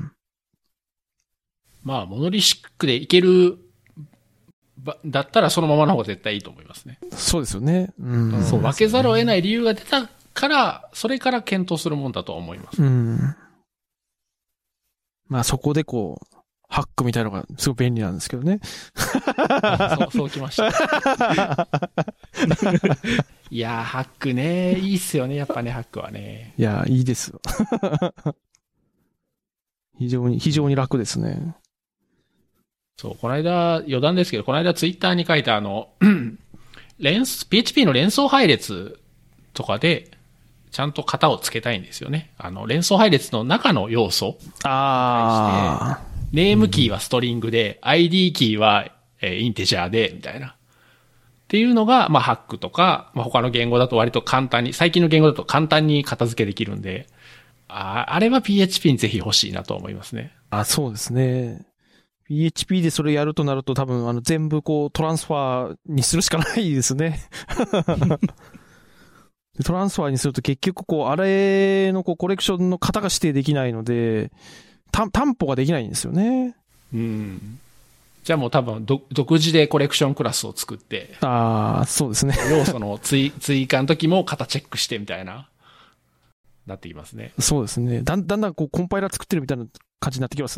まあ、モノリシックでいける、だったらそのままの方が絶対いいと思いますね。 そうですよね。うん。 そう、分けざるを得ない理由が出たから、それから検討するもんだとは思います。 うん。まあそこでこう、ハックみたいなのがすごい便利なんですけどね。 そう、そうきました。いやー、ハックね、いいっすよね、やっぱね、ハックはね。 いやー、いいですよ。非常に、非常に楽ですね。 そう、この間、余談ですけど、この間ツイッターに書いたあの、連、ピーエイチピー の連想配列とかで、ちゃんと型をつけたいんですよね。あの、連想配列の中の要素。 ああ。 ネームキーはストリングで、アイディー キーは、えー、インテジャーで、みたいな。っていうのが、まあ、ハックとか、まあ、他の言語だと割と簡単に、最近の言語だと簡単に片付けできるんで、あ, あれは ピーエイチピー にぜひ欲しいなと思いますね。 あ、そうですね。ピーエイチピー でそれやるとなると多分、あの、全部こう、トランスファーにするしかないですね。トランスファーにすると結局こう、あれのこう、コレクションの型が指定できないので、担保ができないんですよね。 うん。じゃあもう多分、独自でコレクションクラスを作って。 ああ、そうですね。 要素の追、追加の時も型チェックしてみたいな。なってきますね。 そうですね。だんだんだんこう、コンパイラー作ってるみたいな感じになってきます。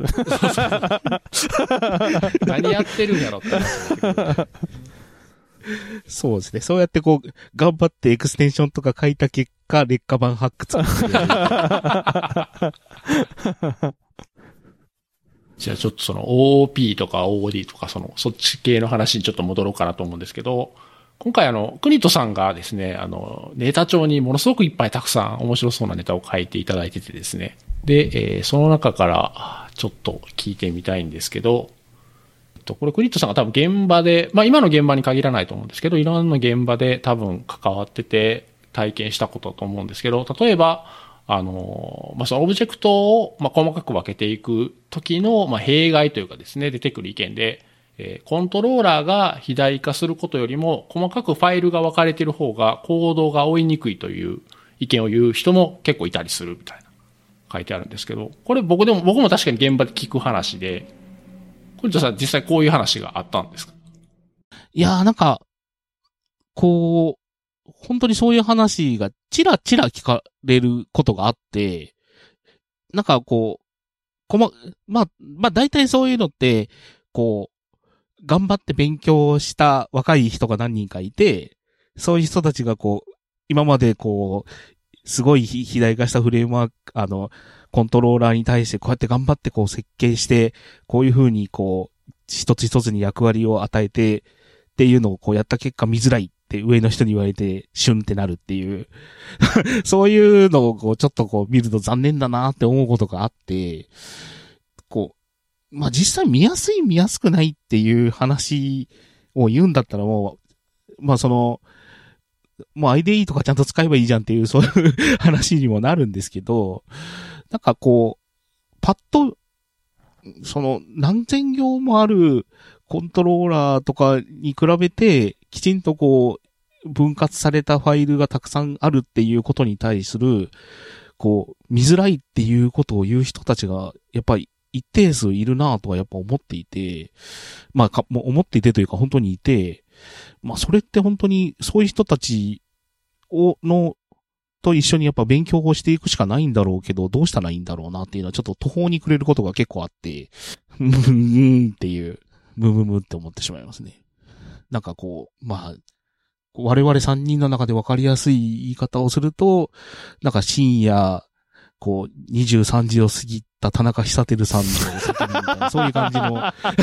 何やってるんやろって話。 そうですね。そうやってこう、頑張ってエクステンションとか書いた結果、劣化版ハック作ってる。 じゃあちょっとその オーオーピー とか オーオーディー とかその、そっち系の話にちょっと戻ろうかなと思うんですけど、今回あの、国人さんがですね、あの、ネタ帳にものすごくいっぱいたくさん面白そうなネタを書いていただいててですね。で、えー、その中からちょっと聞いてみたいんですけど、これクリットさんが多分現場で、まあ今の現場に限らないと思うんですけど、いろんな現場で多分関わってて体験したことだと思うんですけど、例えば、あの、まあそのオブジェクトを、まあ、細かく分けていく時の、まあ弊害というかですね、出てくる意見で、えー、コントローラーが肥大化することよりも、細かくファイルが分かれている方がコードが追いにくいという意見を言う人も結構いたりするみたいな書いてあるんですけど、これ僕でも、僕も確かに現場で聞く話で、 これじゃあ実際こういう話があったんですか？ いやーなんか、こう、本当にそういう話がチラチラ聞かれることがあって、なんかこう、こま、まあ、まあ大体そういうのって、こう、頑張って勉強した若い人が何人かいて、そういう人たちがこう、今までこう、すごい肥大化したフレームワーク、あの、コントローラーに対してこうやって頑張ってこう設計して、こういう風にこう、一つ一つに役割を与えて、っていうのをこうやった結果見づらいって上の人に言われて、シュンってなるっていう、そういうのをこう、ちょっとこう見ると残念だなって思うことがあって、こう、まあ、実際見やすい見やすくないっていう話を言うんだったらもう、まあ、その、もう アイディー とかちゃんと使えばいいじゃんっていうそういう話にもなるんですけど、なんかこう、パッと、その何千行もあるコントローラーとかに比べて、きちんとこう、分割されたファイルがたくさんあるっていうことに対する、こう、見づらいっていうことを言う人たちが、やっぱり一定数いるなぁとはやっぱ思っていて、まあか、もう思っていてというか本当にいて、まあそれって本当にそういう人たちを、の、と一緒にやっぱ勉強をしていくしかないんだろうけど、どうしたらいいんだろうなっていうのはちょっと途方に暮れることが結構あって、うーんっていう、ムムムって思ってしまいますね。なんかこう、まあ、我々三人の中で分かりやすい言い方をすると、なんか深夜、こう、にじゅうさんじを過ぎた田中久照さんの責任みたいな、そういう感じの、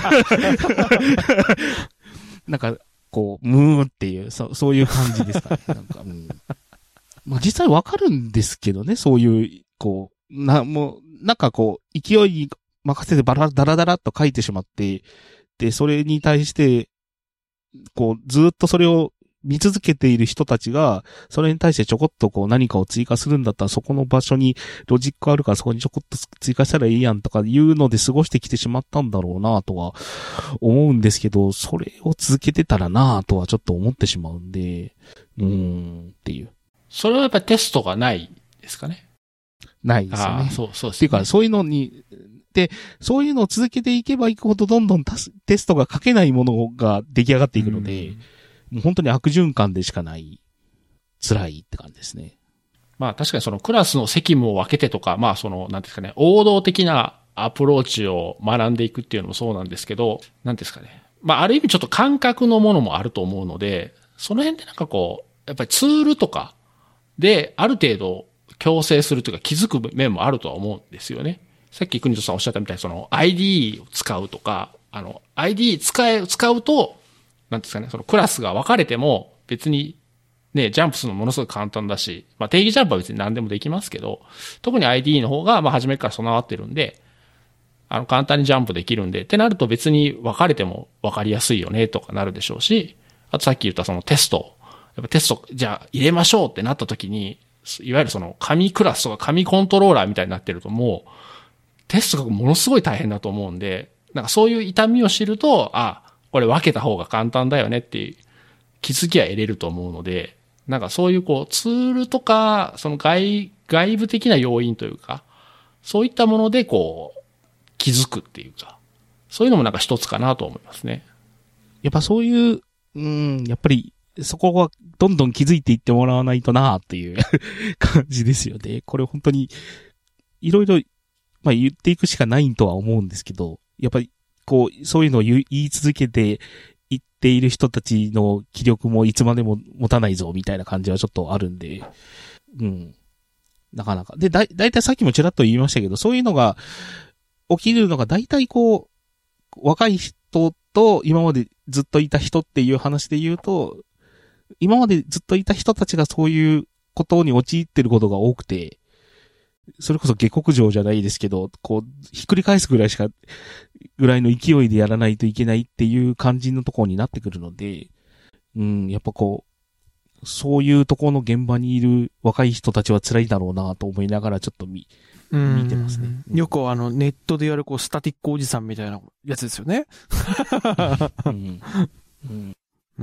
なんか、こう、ムーっていう、そそういう感じですかね。なんか、うん、まあ実際分かるんですけどね、そういう、こう、な、もう、なんかこう、勢いに任せてバラ、ダラダラっと書いてしまって、で、それに対して、こう、ずっとそれを見続けている人たちが、それに対してちょこっとこう何かを追加するんだったら、そこの場所にロジックあるからそこにちょこっと追加したらいいやんとかいうので過ごしてきてしまったんだろうなとは思うんですけど、それを続けてたらなとはちょっと思ってしまうんで、うーんっていう。 それはやっぱりテストがないですかね。 ないですよね。 あそう、そうです、ね。 っていうか、そういうのに、で、そういうのを続けていけばいくほどどんどんテストが書けないものが出来上がっていくので、もう本当に悪循環でしかない、辛いって感じですね。 まあ確かにそのクラスの責務を分けてとか、まあその、なんですかね、王道的なアプローチを学んでいくっていうのもそうなんですけど、なんですかね。まあある意味ちょっと感覚のものもあると思うので、その辺でなんかこう、やっぱりツールとかである程度強制するというか気づく面もあるとは思うんですよね。さっき国人さんおっしゃったみたいにその アイディー を使うとか、あの アイディー 使え、使うと、なんですかね、そのクラスが分かれても別にね、ジャンプするのものすごく簡単だし、まあ定義ジャンプは別に何でもできますけど、特に アイディー の方がまあ初めから備わってるんで、あの簡単にジャンプできるんで、ってなると別に分かれても分かりやすいよねとかなるでしょうし、あとさっき言ったそのテスト、やっぱテストじゃあ入れましょうってなった時に、いわゆるその紙クラスとか紙コントローラーみたいになってるともう、テストがものすごい大変だと思うんで、なんかそういう痛みを知ると、あ、これ分けた方が簡単だよねっていう気づきは得れると思うので、なんかそういうこうツールとか、その外、外部的な要因というか、そういったものでこう、気づくっていうか、そういうのもなんか一つかなと思いますね。 やっぱそういう、うん、やっぱりそこはどんどん気づいていってもらわないとなっていう感じですよね。これ本当に、いろいろ、まあ言っていくしかないとは思うんですけど、やっぱりこう、そういうのを言い続けていっている人たちの気力もいつまでも持たないぞみたいな感じはちょっとあるんで、うん。なかなか。で、だい、だいたいさっきもちらっと言いましたけど、そういうのが起きるのがだいたいこう、若い人と今までずっといた人っていう話で言うと、今までずっといた人たちがそういうことに陥ってることが多くて、それこそ下克上じゃないですけど、こう、ひっくり返すぐらいしか、ぐらいの勢いでやらないといけないっていう感じのところになってくるので、うん、やっぱこう、そういうところの現場にいる若い人たちは辛いだろうなと思いながらちょっと見、見てますね。 うん、よくあの、ネットでやるこう、スタティックおじさんみたいなやつですよね。 うんうんうん、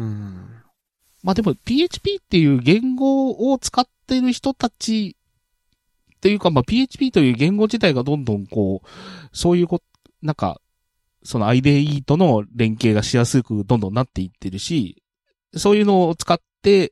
まあでも ピーエイチピー っていう言語を使っている人たちっていうか、まあ ピーエイチピー という言語自体がどんどんこう、そういうこ、なんか、 その アイディーイー との連携がしやすくどんどんなっていってるし、そういうのを使って、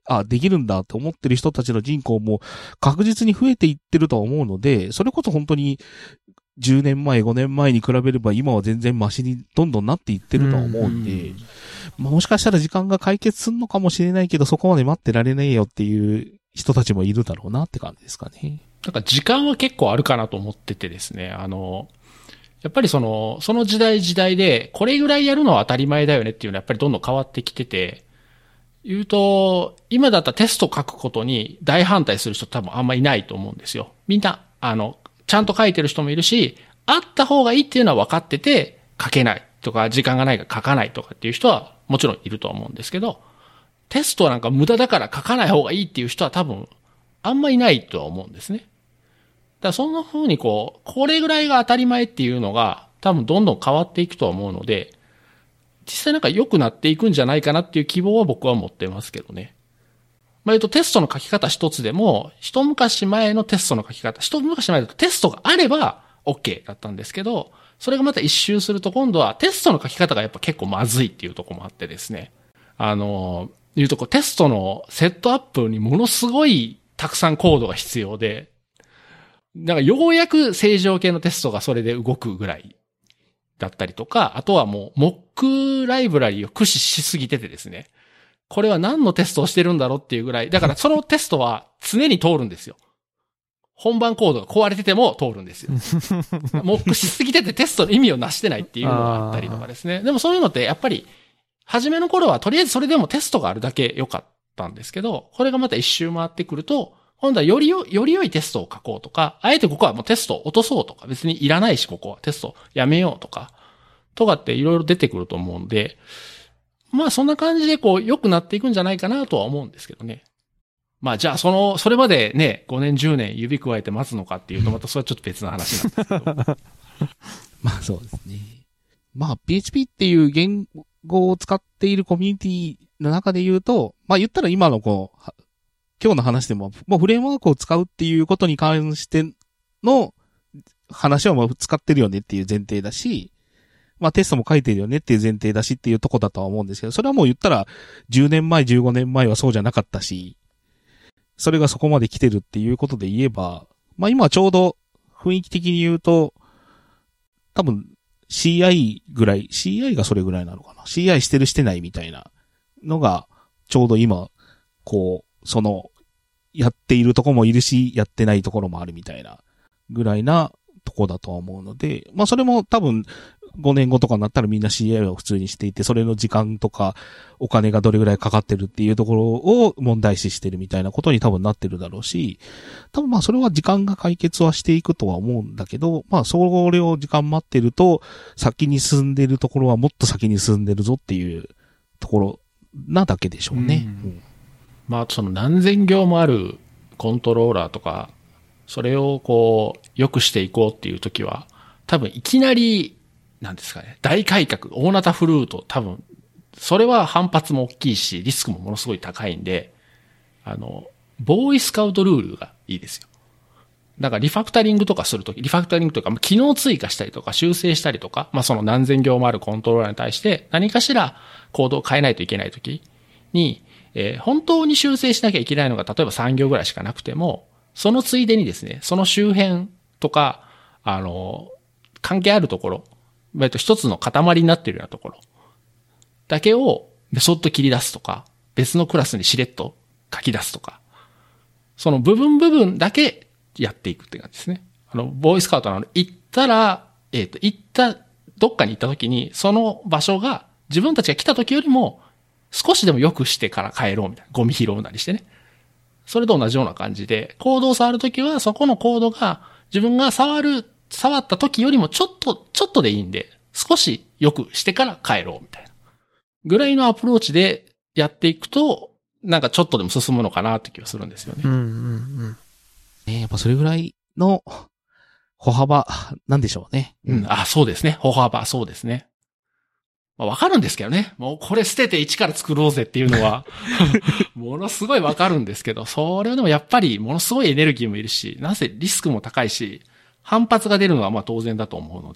あ、できるんだって思ってる人たちの人口も確実に増えていってるとは思うので、それこそ本当にじゅうねんまえ、ごねんまえに比べれば今は全然マシにどんどんなっていってるとは思うんで、うんまあ、もしかしたら時間が解決するのかもしれないけど、そこまで待ってられねえよっていう人たちもいるだろうなって感じですかね。 なんか時間は結構あるかなと思っててですね、あの、やっぱりその、その時代時代で、これぐらいやるのは当たり前だよねっていうのはやっぱりどんどん変わってきてて、言うと、今だったらテスト書くことに大反対する人多分あんまいないと思うんですよ。みんな、あの、ちゃんと書いてる人もいるし、あった方がいいっていうのは分かってて、書けないとか、時間がないから書かないとかっていう人はもちろんいると思うんですけど、テストなんか無駄だから書かない方がいいっていう人は多分、あんまいないとは思うんですね。だからそんな風にこう、これぐらいが当たり前っていうのが、多分どんどん変わっていくとは思うので、実際なんか良くなっていくんじゃないかなっていう希望は僕は持ってますけどね。まあ、言うとテストの書き方一つでも、一昔前のテストの書き方、一昔前だとテストがあれば OK だったんですけど、それがまた一周すると今度はテストの書き方がやっぱ結構まずいっていうところもあってですね。あの、言うとこうテストのセットアップにものすごいたくさんコードが必要で、なんかようやく正常系のテストがそれで動くぐらいだったりとか、あとはもうモックライブラリを駆使しすぎててですね。これは何のテストをしてるんだろうっていうぐらい、だからそのテストは常に通るんですよ。本番コードが壊れてても通るんですよ。モックしすぎててテストの意味をなしてないっていうのがあったりとかですね。でもそういうのってやっぱり、初めの頃はとりあえずそれでもテストがあるだけ良かったんですけど、これがまた一周回ってくると、今度はよりよ、より良いテストを書こうとか、あえてここはもうテストを落とそうとか、別にいらないしここはテストやめようとか、とかっていろいろ出てくると思うんで、まあそんな感じでこう良くなっていくんじゃないかなとは思うんですけどね。まあじゃあその、それまでね、ごねんじゅうねん指加えて待つのかっていうとまたそれはちょっと別の話なんですけど。 まあそうですね。まあ ピーエイチピー っていう言語を使っているコミュニティの中で言うと、まあ言ったら今のこう、今日の話でも、もうフレームワークを使うっていうことに関しての話はもう使ってるよねっていう前提だし、まあテストも書いてるよねっていう前提だしっていうとこだとは思うんですけど、それはもう言ったらじゅうねんまえ、じゅうごねんまえはそうじゃなかったし、それがそこまで来てるっていうことで言えば、まあ今ちょうど雰囲気的に言うと、多分 シーアイ ぐらい、シーアイ がそれぐらいなのかな。シーアイ してるしてないみたいなのが、ちょうど今、こう、その、やっているとこもいるし、やってないところもあるみたいな、ぐらいなとこだとは思うので、まあそれも多分、ごねんごとかになったらみんな シーアイ を普通にしていて、それの時間とかお金がどれぐらいかかってるっていうところを問題視してるみたいなことに多分なってるだろうし、多分まあそれは時間が解決はしていくとは思うんだけど、まあそれを時間待ってると、先に進んでるところはもっと先に進んでるぞっていうところなだけでしょうね。うんうん、 まあその何千行もあるコントローラーとか、それをこう良くしていこうっていうときは、多分いきなりなんですかね。大改革、大ナタフルート、多分、それは反発も大きいし、リスクもものすごい高いんで、あの、ボーイスカウトルールがいいですよ。だからリファクタリングとかするとき、リファクタリングとか、機能追加したりとか、修正したりとか、まあその何千行もあるコントローラーに対して、何かしらコードを変えないといけないときに、えー、本当に修正しなきゃいけないのが、例えばさん行ぐらいしかなくても、そのついでにですね、その周辺とか、あの、関係あるところ、割と一つの塊になっているようなところだけをメソッド切り出すとか、別のクラスにしれっと書き出すとか、その部分部分だけやっていくって感じですね。あの、ボーイスカウトのあの、行ったら、えっと、行った、どっかに行った時に、その場所が自分たちが来た時よりも少しでも良くしてから帰ろうみたいな。ゴミ拾うなりしてね。それと同じような感じで、コードを触るときはそこのコードが自分が触る触った時よりもちょっと、ちょっとでいいんで、少し良くしてから帰ろうみたいな。ぐらいのアプローチでやっていくと、なんかちょっとでも進むのかなって気がするんですよね。 うんうんうん。 ね、やっぱそれぐらいの歩幅なんでしょうね。 うん、あ、そうですね。歩幅、そうですね。まあわかるんですけどね。もうこれ捨てて一から作ろうぜっていうのは、ものすごいわかるんですけど、それでもやっぱりものすごいエネルギーもいるし、なぜリスクも高いし、反発が出るのはまあ当然だと思うので。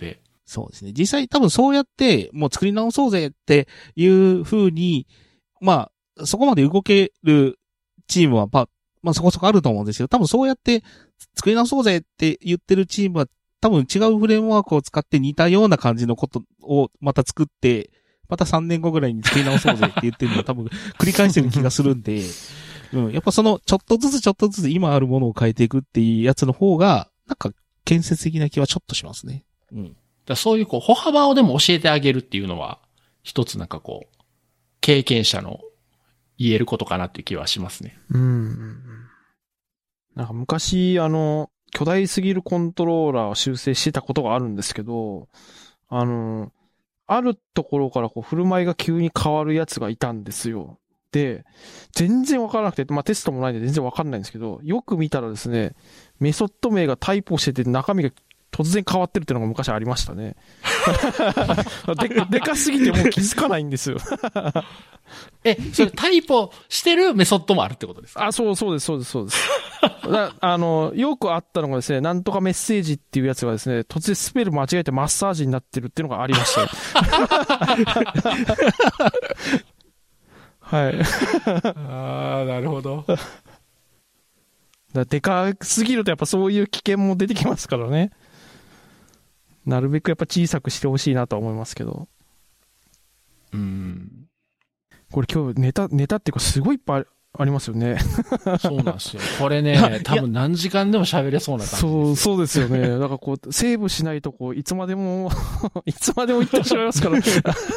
そうですね。実際多分そうやって、もう作り直そうぜっていう風に、まあ、そこまで動けるチームは、まあ、まあそこそこあると思うんですけど、多分そうやって作り直そうぜって言ってるチームは、多分違うフレームワークを使って似たような感じのことをまた作って、またさんねんごぐらいに作り直そうぜって言ってるのを多分繰り返してる気がするんで、うん、やっぱそのちょっとずつちょっとずつ今あるものを変えていくっていうやつの方が、なんか建設的な気はちょっとしますね。うん。 だそういうこう歩幅をでも教えてあげるっていうのは、一つなんかこう、経験者の言えることかなっていう気はしますね。 うん。なんか昔、あの、巨大すぎるコントローラーを修正してたことがあるんですけど、あの、あるところからこう振る舞いが急に変わるやつがいたんですよ。で、全然わからなくて、まあテストもないんで全然わかんないんですけど、よく見たらですね、メソッド名がタイプをしてて中身が突然変わってるっていうのが昔ありましたね。で, でかすぎてもう気づかないんですよ。 え、それタイプをしてるメソッドもあるってことですか？ あ、そうそうです、そうです、そうです。だあの、よくあったのがですね、なんとかメッセージっていうやつがですね、突然スペル間違えてマッサージになってるっていうのがありましたよ。はい。 ああ、なるほど。 だでかすぎるとやっぱそういう危険も出てきますからね。なるべくやっぱ小さくしてほしいなとは思いますけど。 うん。 これ今日ネタ、ネタっていうかすごいいっぱいありますよね。 そうなんですよ。これね、多分何時間でも喋れそうな感じです。 そう、そうですよね。だからこう、セーブしないとこう、いつまでも、いつまでも言ってしまいますから。 い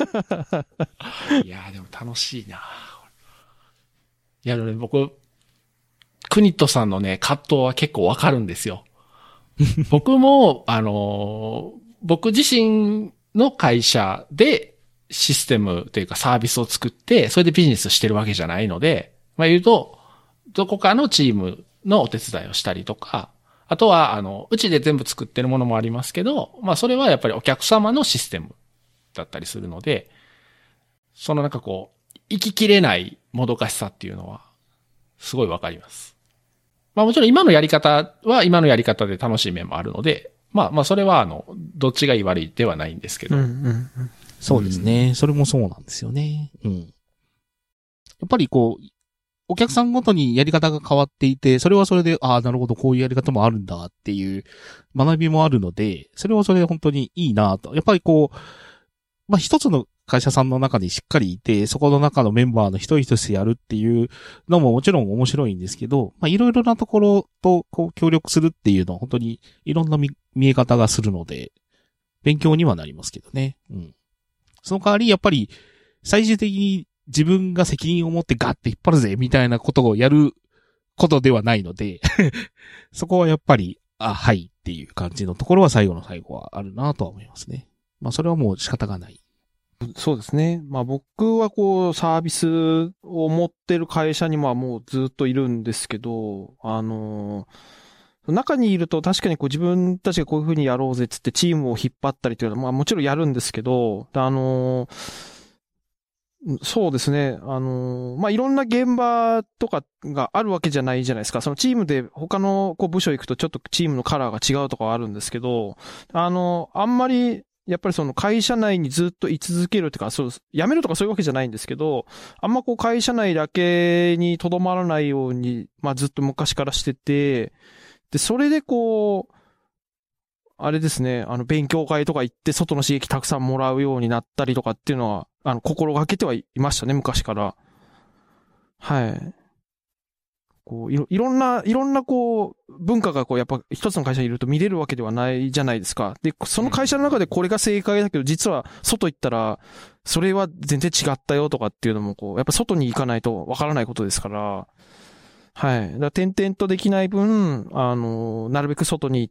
やーでも楽しいな。いや、ね、僕、クニットさんのね、葛藤は結構わかるんですよ。僕も、あのー、僕自身の会社でシステムというかサービスを作って、それでビジネスしてるわけじゃないので、まあ言うと、どこかのチームのお手伝いをしたりとか、あとは、あの、うちで全部作ってるものもありますけど、まあそれはやっぱりお客様のシステムだったりするので、そのなんかこう、生ききれないもどかしさっていうのは、すごいわかります。まあもちろん今のやり方は今のやり方で楽しい面もあるので、まあまあそれはあの、どっちがいい悪いではないんですけど。 うんうんうん、 そうですね、うん。それもそうなんですよね。うん。やっぱりこう、お客さんごとにやり方が変わっていて、それはそれで、ああ、なるほど、こういうやり方もあるんだっていう学びもあるので、それはそれで本当にいいなと。やっぱりこう、まあ一つの会社さんの中にしっかりいて、そこの中のメンバーの一人一人やるっていうのももちろん面白いんですけど、まあいろいろなところとこう協力するっていうのは本当にいろんな見、見え方がするので、勉強にはなりますけどね。うん。その代わりやっぱり最終的に自分が責任を持ってガッて引っ張るぜみたいなことをやることではないので、そこはやっぱり、あ、はいっていう感じのところは最後の最後はあるなとは思いますね。まあそれはもう仕方がない。 そうですね。まあ僕はこうサービスを持ってる会社にももうずっといるんですけど、あのー、中にいると確かにこう自分たちがこういう風にやろうぜっつってチームを引っ張ったりというのはまあもちろんやるんですけど、あのー、そうですね。あのー、まあいろんな現場とかがあるわけじゃないじゃないですか。そのチームで他のこう部署行くとちょっとチームのカラーが違うとかはあるんですけど、あのー、あんまりやっぱりその会社内にずっと居続けるとか、そう、辞めるとかそういうわけじゃないんですけど、あんまこう会社内だけにとどまらないように、まあずっと昔からしてて、で、それでこう、あれですね、あの勉強会とか行って外の刺激たくさんもらうようになったりとかっていうのは、あの、心がけてはいましたね、昔から。はい。こういろ、いろんな、いろんなこう、文化がこう、やっぱ一つの会社にいると見れるわけではないじゃないですか。で、その会社の中でこれが正解だけど、実は外行ったら、それは全然違ったよとかっていうのもこう、やっぱ外に行かないとわからないことですから、はい。だから点々とできない分、あの、なるべく外に行って、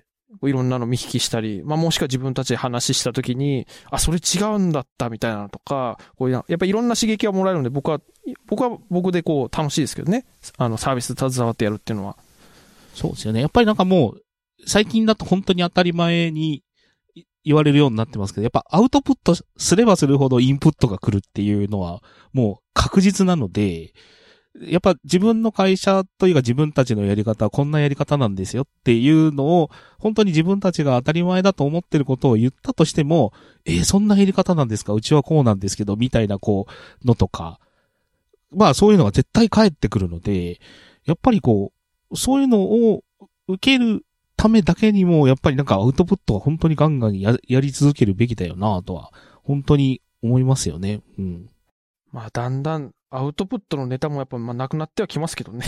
いろんなの見聞きしたり、まあもしくは自分たちで話したときに、あ、それ違うんだったみたいなのとか、こういうやっぱりいろんな刺激がもらえるので、僕は、僕は僕でこう楽しいですけどね。あのサービスで携わってやるっていうのは。 そうですよね。やっぱりなんかもう、最近だと本当に当たり前に言われるようになってますけど、やっぱアウトプットすればするほどインプットが来るっていうのはもう確実なので、 やっぱ自分の会社というか自分たちのやり方はこんなやり方なんですよっていうのを、本当に自分たちが当たり前だと思ってることを言ったとしても、えー、そんなやり方なんですか？うちはこうなんですけど、みたいなこう、のとか、まあそういうのが絶対返ってくるので、やっぱりこう、そういうのを受けるためだけにも、やっぱりなんかアウトプットは本当にガンガンや、やり続けるべきだよなとは、本当に思いますよね。うん。 まあだんだんアウトプットのネタもやっぱまあなくなってはきますけどね。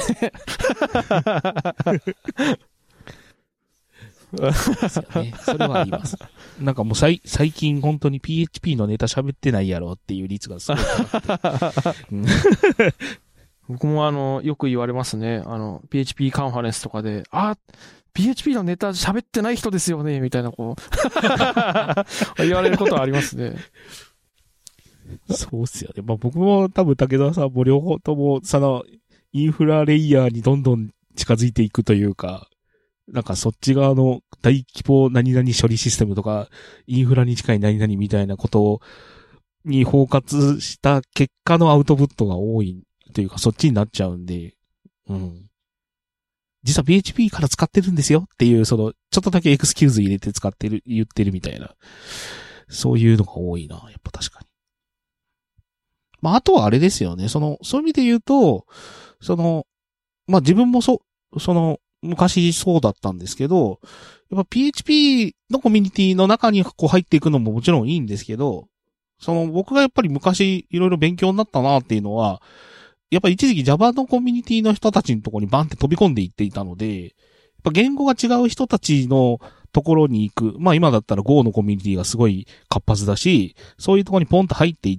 ですよね。それはあります。なんかもうさい最近本当に ピーエイチピー のネタ喋ってないやろっていう率がすごい高くて。 僕もあの、よく言われますね。あの、ピーエイチピー カンファレンスとかで、あ、ピーエイチピー のネタ喋ってない人ですよね、みたいなこう、言われることはありますね。 そうっすよね。まあ僕も多分武田さんも両方とも、その、インフラレイヤーにどんどん近づいていくというか、なんかそっち側の大規模何々処理システムとか、インフラに近い何々みたいなことに包括した結果のアウトプットが多いというか、そっちになっちゃうんで、うん。実は ピーエイチピー から使ってるんですよっていう、その、ちょっとだけエクスキューズ入れて使ってる、言ってるみたいな。そういうのが多いな、やっぱ確かに。まあ、あとはあれですよね。その、そういう意味で言うと、その、まあ自分もそう、その、昔そうだったんですけど、やっぱ ピーエイチピー のコミュニティの中にこう入っていくのももちろんいいんですけど、その僕がやっぱり昔いろいろ勉強になったなっていうのは、やっぱ一時期 Java のコミュニティの人たちのところにバンって飛び込んでいっていたので、やっぱ言語が違う人たちのところに行く。まあ今だったら Go のコミュニティがすごい活発だし、そういうところにポンと入っていって、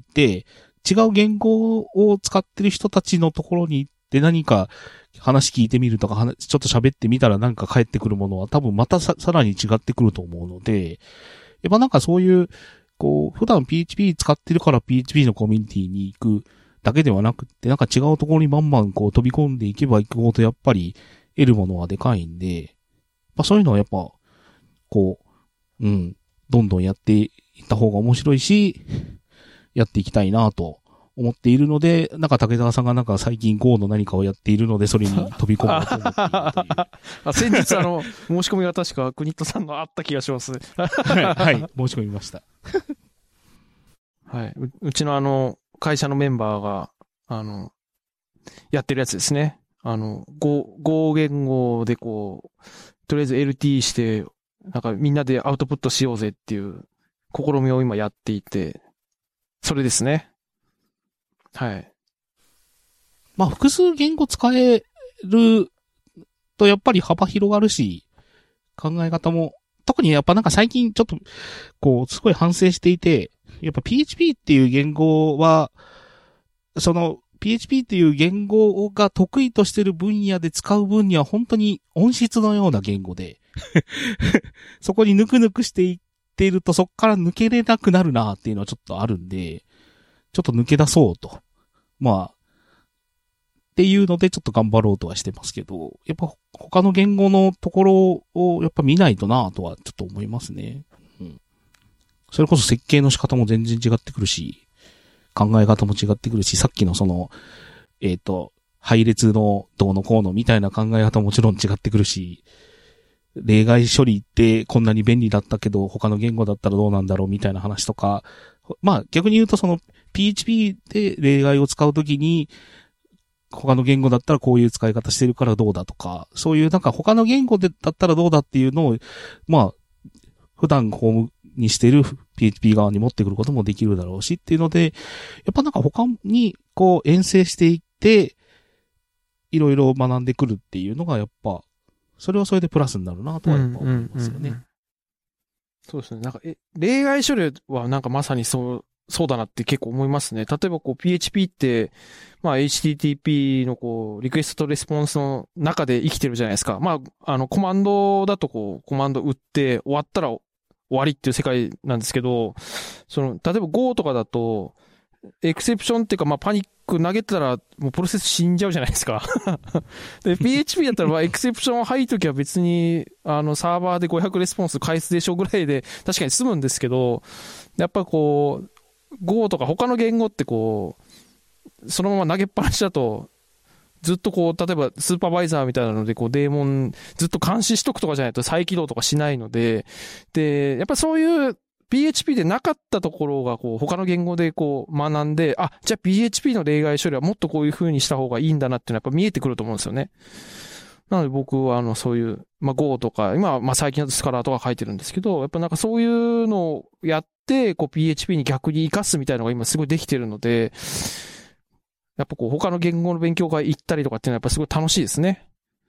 違う言語を使ってる人たちのところに行って何か話聞いてみるとか、ちょっと喋ってみたらなんか返ってくるものは多分またさ、さらに違ってくると思うので、やっぱなんかそういう、こう、普段 ピーエイチピー 使ってるから ピーエイチピー のコミュニティに行くだけではなくって、なんか違うところにバンバンこう飛び込んでいけば行くほどやっぱり得るものはでかいんで、まあそういうのはやっぱ、こう、うん、どんどんやっていった方が面白いし、やっていきたいなと思っているので、なんか竹澤さんがなんか最近 Go の何かをやっているので、それに飛び込もうと思っているという。 あ、先日あの、申し込みが確か国人さんのあった気がします。 はい、はい、申し込みました。 はい。う、うちのあの、会社のメンバーが、あの、やってるやつですね。あの、Go、Go 言語でこう、とりあえず エルティー して、なんかみんなでアウトプットしようぜっていう試みを今やっていて、それですね。はい。 まあ、複数言語使えるとやっぱり幅広がるし、考え方も、特にやっぱなんか最近ちょっと、こう、すごい反省していて、やっぱ ピーエイチピー っていう言語は、その ピーエイチピー っていう言語が得意としてる分野で使う分には本当に音質のような言語で、そこにぬくぬくしていっているとそこから抜けれなくなるなっていうのはちょっとあるんで、ちょっと抜け出そうと。まあ、っていうのでちょっと頑張ろうとはしてますけど、やっぱ他の言語のところをやっぱ見ないとなとはちょっと思いますね。うん。それこそ設計の仕方も全然違ってくるし、考え方も違ってくるし、さっきのその、えっと、配列のどうのこうのみたいな考え方ももちろん違ってくるし、例外処理ってこんなに便利だったけど他の言語だったらどうなんだろうみたいな話とか、まあ逆に言うとその ピーエイチピー で例外を使うときに他の言語だったらこういう使い方してるからどうだとか、そういうなんか他の言語でだったらどうだっていうのを、まあ普段ホームにしてる ピーエイチピー 側に持ってくることもできるだろうしっていうので、やっぱなんか他にこう遠征していっていろいろ学んでくるっていうのがやっぱそれはそれでプラスになるなとはやっぱ思いますよね。うんうんうんうん、 そうですね。なんか、え、例外処理はなんかまさにそう、そうだなって結構思いますね。例えばこう ピーエイチピー って、まあ エイチティーティーピー のこう、リクエストとレスポンスの中で生きてるじゃないですか。まあ、あの、コマンドだとこう、コマンド打って終わったら終わりっていう世界なんですけど、その、例えば Go とかだと、エクセプションっていうか、まあ、パニック投げたら、もうプロセス死んじゃうじゃないですか。で、ピーエイチピー だったら、まあ、エクセプション入るときは別に、あの、サーバーでごひゃくレスポンス返すでしょぐらいで、確かに済むんですけど、やっぱこう、Go とか他の言語ってこう、そのまま投げっぱなしだと、 ずっとこう、例えばスーパーバイザーみたいなので、こう、デーモンずっと監視しとくとかじゃないと再起動とかしないので、で、やっぱそういう ピーエイチピー でなかったところが、こう、他の言語でこう、学んで、あ、じゃあ ピーエイチピー の例外処理はもっとこういう風にした方がいいんだなっていうのはやっぱ見えてくると思うんですよね。なので僕はあの、そういう、まあ Go とか、今はまあ最近だとスカラーとか書いてるんですけど、やっぱなんかそういうのをやって、こう ピーエイチピー に逆に活かすみたいなのが今すごいできてるので、やっぱこう他の言語の勉強会行ったりとかっていうのはやっぱすごい楽しいですね。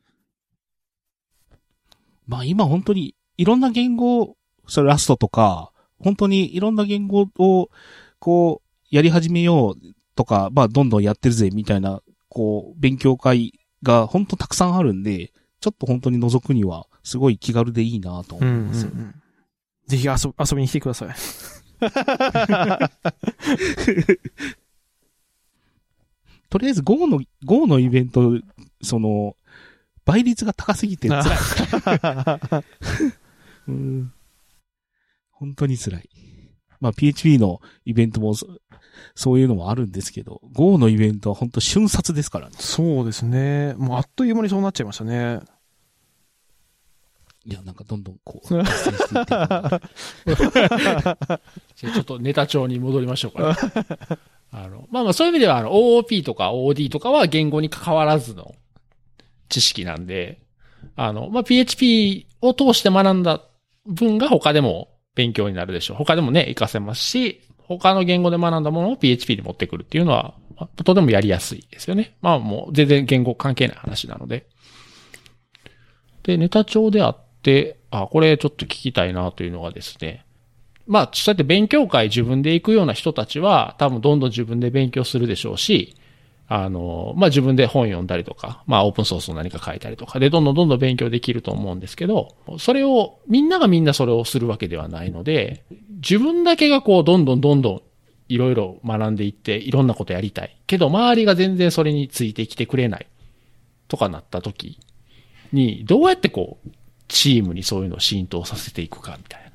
まあ今本当にいろんな言語、それラストとか、本当にいろんな言語をこうやり始めようとか、まあどんどんやってるぜみたいな、こう勉強会が本当たくさんあるんで、ちょっと本当に覗くにはすごい気軽でいいなと思います。うんうんうん、 ぜひ遊、遊びに来てください。 とりあえず Go の、Go のイベント、その、倍率が高すぎて辛い。うん、本当に辛い。まあ ピーエイチピー のイベントもそ、そういうのもあるんですけど、Go のイベントは本当瞬殺ですからね。 そうですね。もうあっという間にそうなっちゃいましたね。 いや、なんかどんどんこう、発生していってちょっとネタ帳に戻りましょうか、ね。あの、まあまあそういう意味では、あの、オーオーピー とか オーディー とかは言語に関わらずの知識なんで、あの、まあ ピーエイチピー を通して学んだ分が他でも勉強になるでしょう。他でもね、活かせますし、他の言語で学んだものを ピーエイチピー に持ってくるっていうのは、まあ、とてもやりやすいですよね。まあもう全然言語関係ない話なので。で、ネタ帳であって、あ、これちょっと聞きたいなというのがですね、まあ、そうやって勉強会自分で行くような人たちは、多分どんどん自分で勉強するでしょうし、あの、まあ自分で本読んだりとか、まあオープンソースの何か書いたりとかで、どんどんどんどん勉強できると思うんですけど、それを、みんながみんなそれをするわけではないので、自分だけがこう、どんどんどんどん、いろいろ学んでいって、いろんなことやりたい。けど、周りが全然それについてきてくれない。とかなった時に、どうやってこう、チームにそういうのを浸透させていくか、みたいな。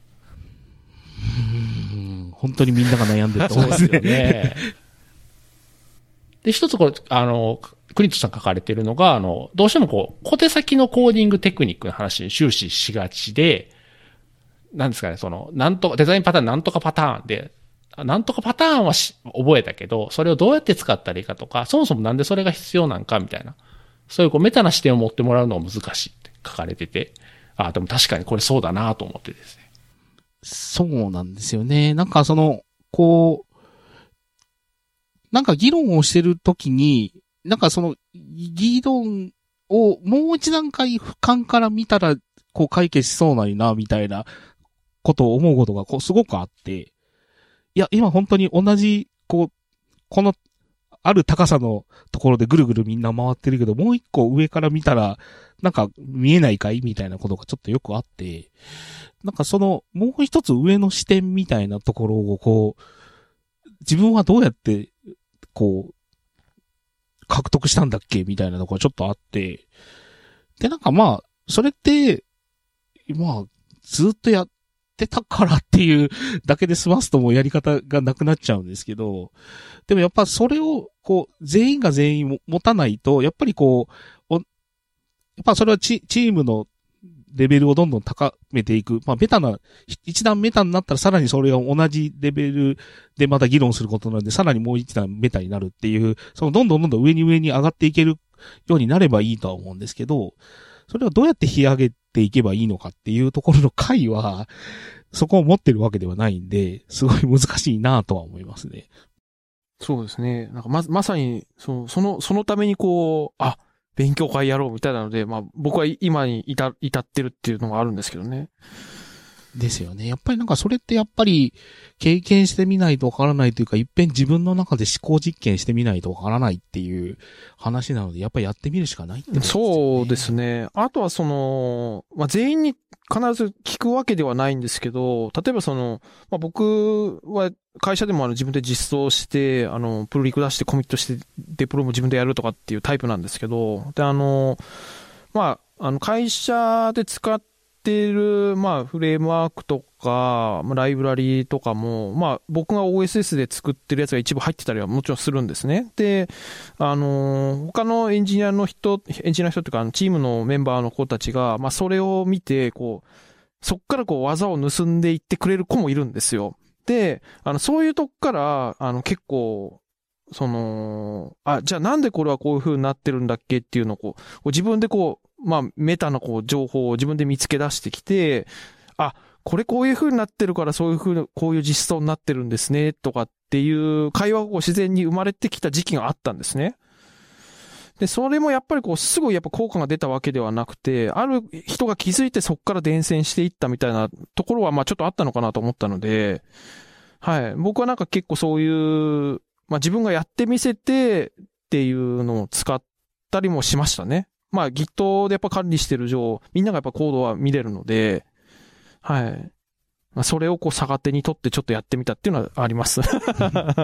うん、本当にみんなが悩んでると思うんですよね。 で、一つこれ、あの、クリントさん書かれているのが、あの、どうしてもこう、小手先のコーディングテクニックの話に終始しがちで、なんですかね、その、なんとか、デザインパターンなんとかパターンで、なんとかパターンはし覚えたけど、それをどうやって使ったらいいかとか、そもそもなんでそれが必要なんかみたいな、そういうこうメタな視点を持ってもらうのが難しいって書かれてて、あ、でも確かにこれそうだなと思ってですね。 そうなんですよね。なんかその、こう、なんか議論をしてるときに、なんかその議論をもう一段階俯瞰から見たら、こう解決しそうないな、みたいなことを思うことがこうすごくあって、いや、今本当に同じ、こう、この、ある高さのところでぐるぐるみんな回ってるけど、もう一個上から見たら、なんか見えないかいみたいなことがちょっとよくあって、なんかその、もう一つ上の視点みたいなところをこう、自分はどうやって、こう、獲得したんだっけみたいなところがちょっとあって、で、なんかまあ、それって、まあ、ずっとやってたからっていうだけで済ますともうやり方がなくなっちゃうんですけど、でもやっぱそれを、こう、全員が全員持たないと、やっぱりこう、やっぱそれはチ、チームのレベルをどんどん高めていく。まあ、ベタな、一段メタになったらさらにそれが同じレベルでまた議論することなので、さらにもう一段メタになるっていう、そのどんどんどんどん上に上に上がっていけるようになればいいとは思うんですけど、それをどうやって引き上げていけばいいのかっていうところの解は、そこを持ってるわけではないんで、すごい難しいなとは思いますね。 そうですね。なんかま、まさに、その、その、そのためにこう、あ、勉強会やろうみたいなので、まあ僕は今に至、至ってるっていうのがあるんですけどね。 ですよね。やっぱりなんかそれってやっぱり経験してみないとわからないというか、一遍自分の中で思考実験してみないとわからないっていう話なので、やっぱりやってみるしかないってことですよね。 そうですね。あとはその、まあ全員に必ず聞くわけではないんですけど、例えばその、まあ僕は会社でもあの自分で実装して、あの、プルリク出してコミットしてデプロイも自分でやるとかっていうタイプなんですけど、で、あの、まあ、あの会社で使ってっている、まあ、フレームワークとか、まあ、ライブラリとかも、まあ、僕が オーエスエス で作ってるやつが一部入ってたりはもちろんするんですね。で、あのー、他のエンジニアの人、エンジニアの人というか、チームのメンバーの子たちが、まあ、それを見て、こう、そっからこう、技を盗んでいってくれる子もいるんですよ。で、あの、そういうとこから、あの、結構、その、あ、じゃあなんでこれはこういう風になってるんだっけっていうのをこう、自分でこう、まあ、メタのこう、情報を自分で見つけ出してきて、あ、これこういう風になってるからそういう風に、こういう実装になってるんですね、とかっていう会話がこう自然に生まれてきた時期があったんですね。で、それもやっぱりこう、すぐやっぱ効果が出たわけではなくて、ある人が気づいてそこから伝染していったみたいなところは、まあちょっとあったのかなと思ったので、はい。僕はなんか結構そういう、まあ自分がやってみせてっていうのを使ったりもしましたね。まあ Git でやっぱ管理してる上、みんながやっぱコードは見れるので、はい。まあそれをこう逆手に取ってちょっとやってみたっていうのはあります。はい。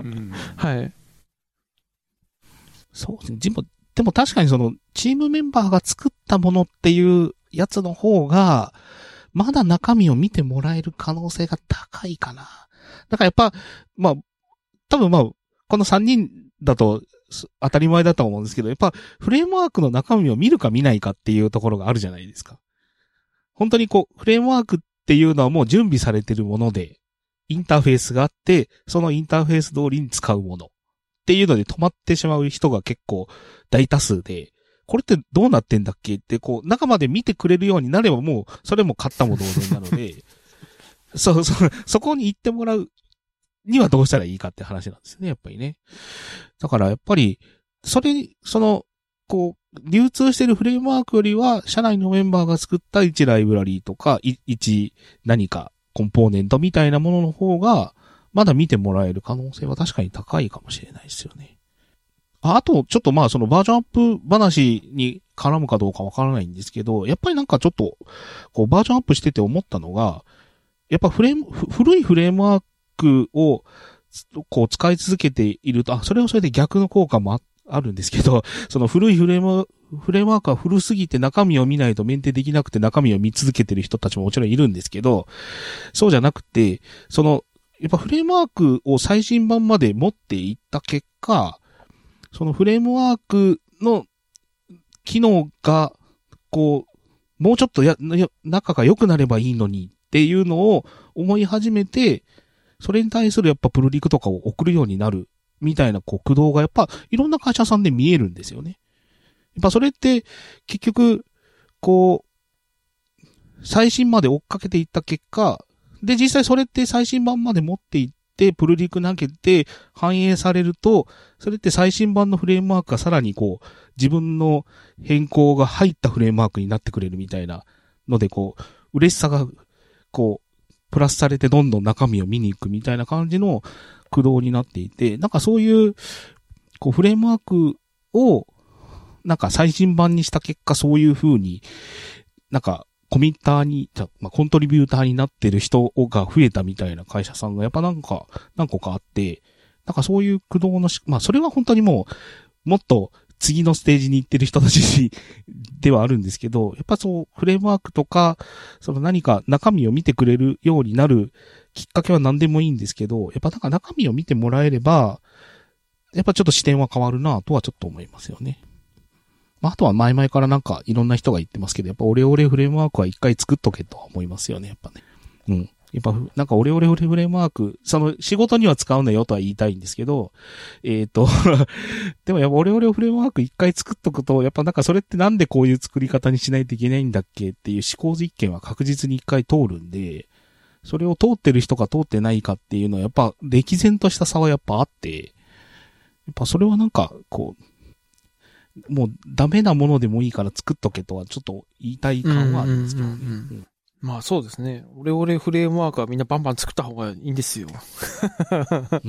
そうですね。でも、でも確かにその、チームメンバーが作ったものっていうやつの方が、まだ中身を見てもらえる可能性が高いかな。だからやっぱ、まあ、多分まあ、このさんにんだと当たり前だと思うんですけど、やっぱフレームワークの中身を見るか見ないかっていうところがあるじゃないですか。本当にこう、フレームワークっていうのはもう準備されてるもので、インターフェースがあって、そのインターフェース通りに使うものっていうので止まってしまう人が結構大多数で、これってどうなってんだっけってこう、中まで見てくれるようになればもう、それも買ったも同然なので、そう、そ、そこに行ってもらうにはどうしたらいいかって話なんですね、やっぱりね。だからやっぱり、それ、その、こう、流通してるフレームワークよりは、社内のメンバーが作った一ライブラリーとか、一何かコンポーネントみたいなものの方が、まだ見てもらえる可能性は確かに高いかもしれないですよね。あ, あと、ちょっとまあそのバージョンアップ話に絡むかどうかわからないんですけど、やっぱりなんかちょっと、こうバージョンアップしてて思ったのが、やっぱフレーム、古いフレームワークを、こう使い続けていると、あ、それはそれで逆の効果も あ, あるんですけど、その古いフレーム、フレームワークは古すぎて中身を見ないとメンテできなくて中身を見続けてる人たちももちろんいるんですけど、そうじゃなくて、その、やっぱフレームワークを最新版まで持っていった結果、そのフレームワークの機能が、こう、もうちょっとや、中が良くなればいいのにっていうのを思い始めて、それに対するやっぱプルリクとかを送るようになるみたいなこう駆動がやっぱいろんな会社さんで見えるんですよね。やっぱそれって結局、こう、最新まで追っかけていった結果、で実際それって最新版まで持っていって、プルリク投げて反映されると、それって最新版のフレームワークがさらにこう、自分の変更が入ったフレームワークになってくれるみたいなので、こう、嬉しさが、こう、プラスされてどんどん中身を見に行くみたいな感じの駆動になっていて、なんかそういう、こう、フレームワークを、なんか最新版にした結果そういう風に、なんか、コミッターに、じゃ、まあ、コントリビューターになってる人が増えたみたいな会社さんがやっぱなんか、何個かあって、なんかそういう駆動のし、まあ、それは本当にもう、もっと次のステージに行ってる人たちではあるんですけど、やっぱそう、フレームワークとか、その何か中身を見てくれるようになるきっかけは何でもいいんですけど、やっぱなんか中身を見てもらえれば、やっぱちょっと視点は変わるなとはちょっと思いますよね。まあ、あとは前々からなんかいろんな人が言ってますけど、やっぱオレオレフレームワークは一回作っとけとは思いますよね、やっぱね。うん。やっぱ、なんかオレオレフレームワーク、その仕事には使うなよとは言いたいんですけど、えっと、でもやっぱオレオレフレームワーク一回作っとくと、やっぱなんかそれってなんでこういう作り方にしないといけないんだっけっていう思考実験は確実に一回通るんで、それを通ってる人か通ってないかっていうのはやっぱ歴然とした差はやっぱあって、やっぱそれはなんかこう、もうダメなものでもいいから作っとけとはちょっと言いたい感はあるんですけどね。うんうんうんうん、 まあそうですね。オレオレフレームワークはみんなバンバン作った方がいいんですよ。うん、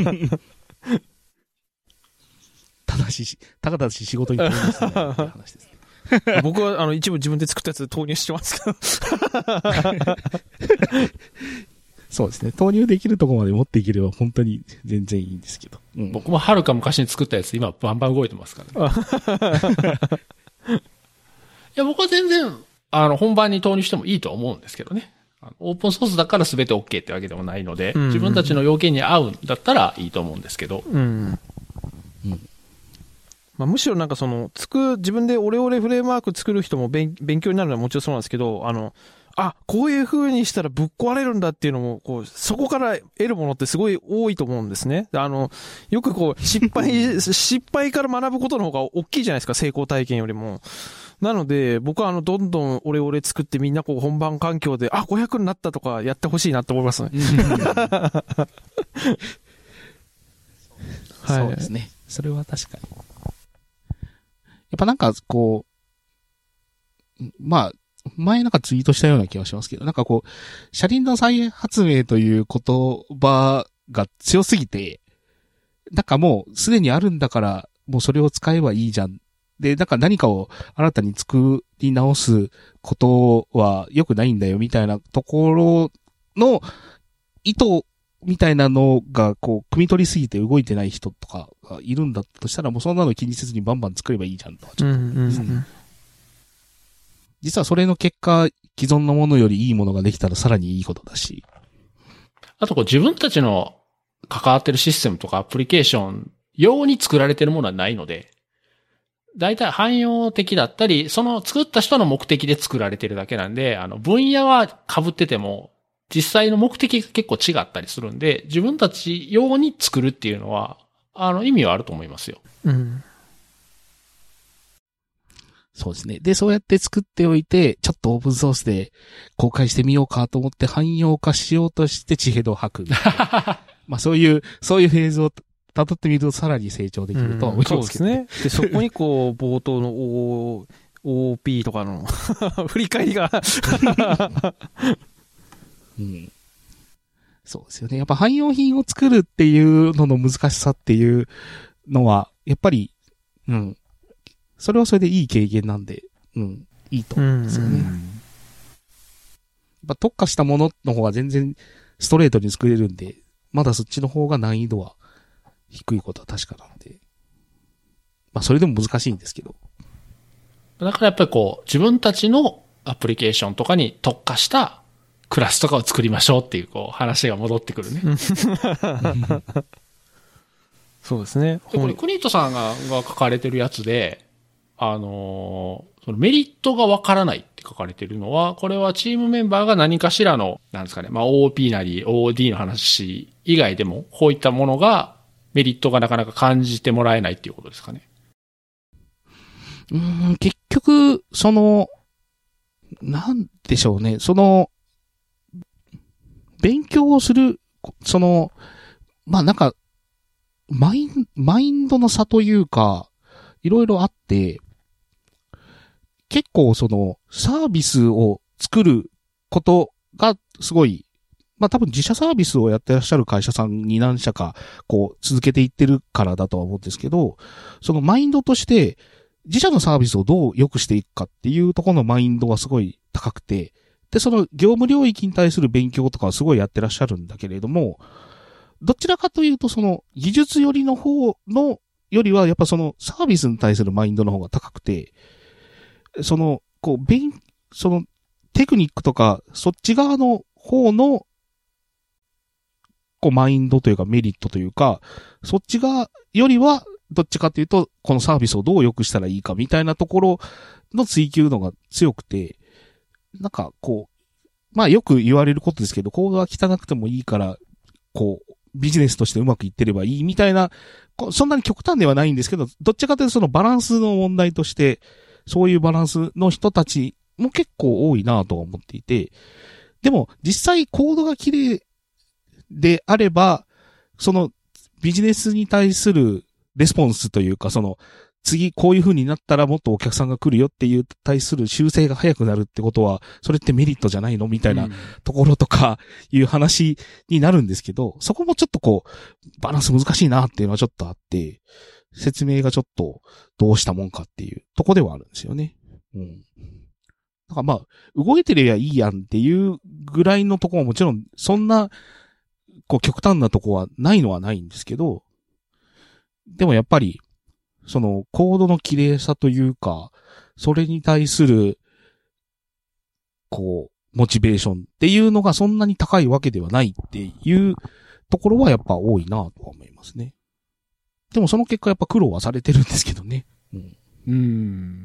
ただし、ただし仕事に投入するって話ですね。 僕はあの一部自分で作ったやつ投入してますけど。 そうですね。投入できるところまで持っていければ本当に全然いいんですけど。 うん、僕もはるか昔に作ったやつ今バンバン動いてますからね。いや僕は全然あの、本番に投入してもいいと思うんですけどね。オープンソースだから全て OK ってわけでもないので、うんうん、自分たちの要件に合うんだったらいいと思うんですけど。うんうんまあ、むしろなんかその、つく、自分でオレオレフレームワーク作る人も勉強になるのはもちろんそうなんですけど、あの、あ、こういう風にしたらぶっ壊れるんだっていうのも、こう、そこから得るものってすごい多いと思うんですね。あの、よくこう、失敗、失敗から学ぶことの方が大きいじゃないですか、成功体験よりも。なので、僕はあの、どんどんオレオレ作ってみんなこう、本番環境で、あ、ごひゃくになったとかやってほしいなって思いますね。 はい、そうですね。それは確かに。やっぱなんか、こう、まあ、前なんかツイートしたような気がしますけど、なんかこう、車輪の再発明という言葉が強すぎて、なんかもうすでにあるんだから、もうそれを使えばいいじゃん。で、なんか何かを新たに作り直すことは良くないんだよみたいなところの意図みたいなのがこう、汲み取りすぎて動いてない人とかがいるんだとしたら、もうそんなの気にせずにバンバン作ればいいじゃんとはちょっと思うんですね。うんうんうん実はそれの結果、既存のものよりいいものができたらさらにいいことだし。 あとこう自分たちの関わってるシステムとかアプリケーション用に作られてるものはないので、大体汎用的だったり、その作った人の目的で作られてるだけなんで、あの分野は被ってても、実際の目的が結構違ったりするんで、自分たち用に作るっていうのは、あの意味はあると思いますよ。うん。 そうですね。で、そうやって作っておいて、ちょっとオープンソースで公開してみようかと思って汎用化しようとして地ヘドを吐く。まあそういう、そういうフェーズを辿ってみるとさらに成長できるとは思いますけど、ね。 そうですね。で、そこにこう、冒頭の O、オーピー とかの振り返りが、 うん。そうですよね。やっぱ汎用品を作るっていうのの難しさっていうのは、やっぱり、うん。それはそれでいい経験なんで、うん、いいと思うんですよね。うんうん、やっぱ特化したものの方が全然ストレートに作れるんで、まだそっちの方が難易度は低いことは確かなんで。まあそれでも難しいんですけど。 だからやっぱりこう、自分たちのアプリケーションとかに特化したクラスとかを作りましょうっていうこう話が戻ってくるね。 そうですね。 でこれクニートさんが、が書かれてるやつで、あのー、そのメリットがわからないって書かれてるのは、これはチームメンバーが何かしらの、なんですかね、まあ オーピー なり オーディー の話以外でも、こういったものがメリットがなかなか感じてもらえないっていうことですかね。 うーん、結局、その、なんでしょうね、その、勉強をする、その、まあなんか、マイン、マインドの差というか、いろいろあって、結構そのサービスを作ることがすごい、まあ多分自社サービスをやってらっしゃる会社さんに何社かこう続けていってるからだとは思うんですけど、そのマインドとして自社のサービスをどう良くしていくかっていうところのマインドはすごい高くて、で、その業務領域に対する勉強とかはすごいやってらっしゃるんだけれども、どちらかというとその技術寄りの方のよりはやっぱそのサービスに対するマインドの方が高くて、その、こう、勉、その、テクニックとか、そっち側の方の、こう、マインドというかメリットというか、そっち側よりは、どっちかというと、このサービスをどう良くしたらいいかみたいなところの追求のが強くて、なんか、こう、まあよく言われることですけど、コードは汚くてもいいから、こう、ビジネスとしてうまくいってればいいみたいな、そんなに極端ではないんですけど、どっちかというとそのバランスの問題として、そういうバランスの人たちも結構多いなと思っていて、でも実際コードが綺麗であれば、そのビジネスに対するレスポンスというか、その次こういう風になったらもっとお客さんが来るよっていう対する修正が早くなるってことは、それってメリットじゃないのみたいなところとかいう話になるんですけど、そこもちょっとこう、バランス難しいなっていうのはちょっとあって、説明がちょっとどうしたもんかっていうとこではあるんですよね。うん。だからまあ、動いてればいいやんっていうぐらいのとこはもちろん、そんな、こう極端なとこはないのはないんですけど、でもやっぱり、そのコードの綺麗さというか、それに対する、 こう、モチベーションっていうのがそんなに高いわけではないっていうところはやっぱ多いなとは思いますね。でもその結果やっぱ苦労はされてるんですけどね。うん。 うん。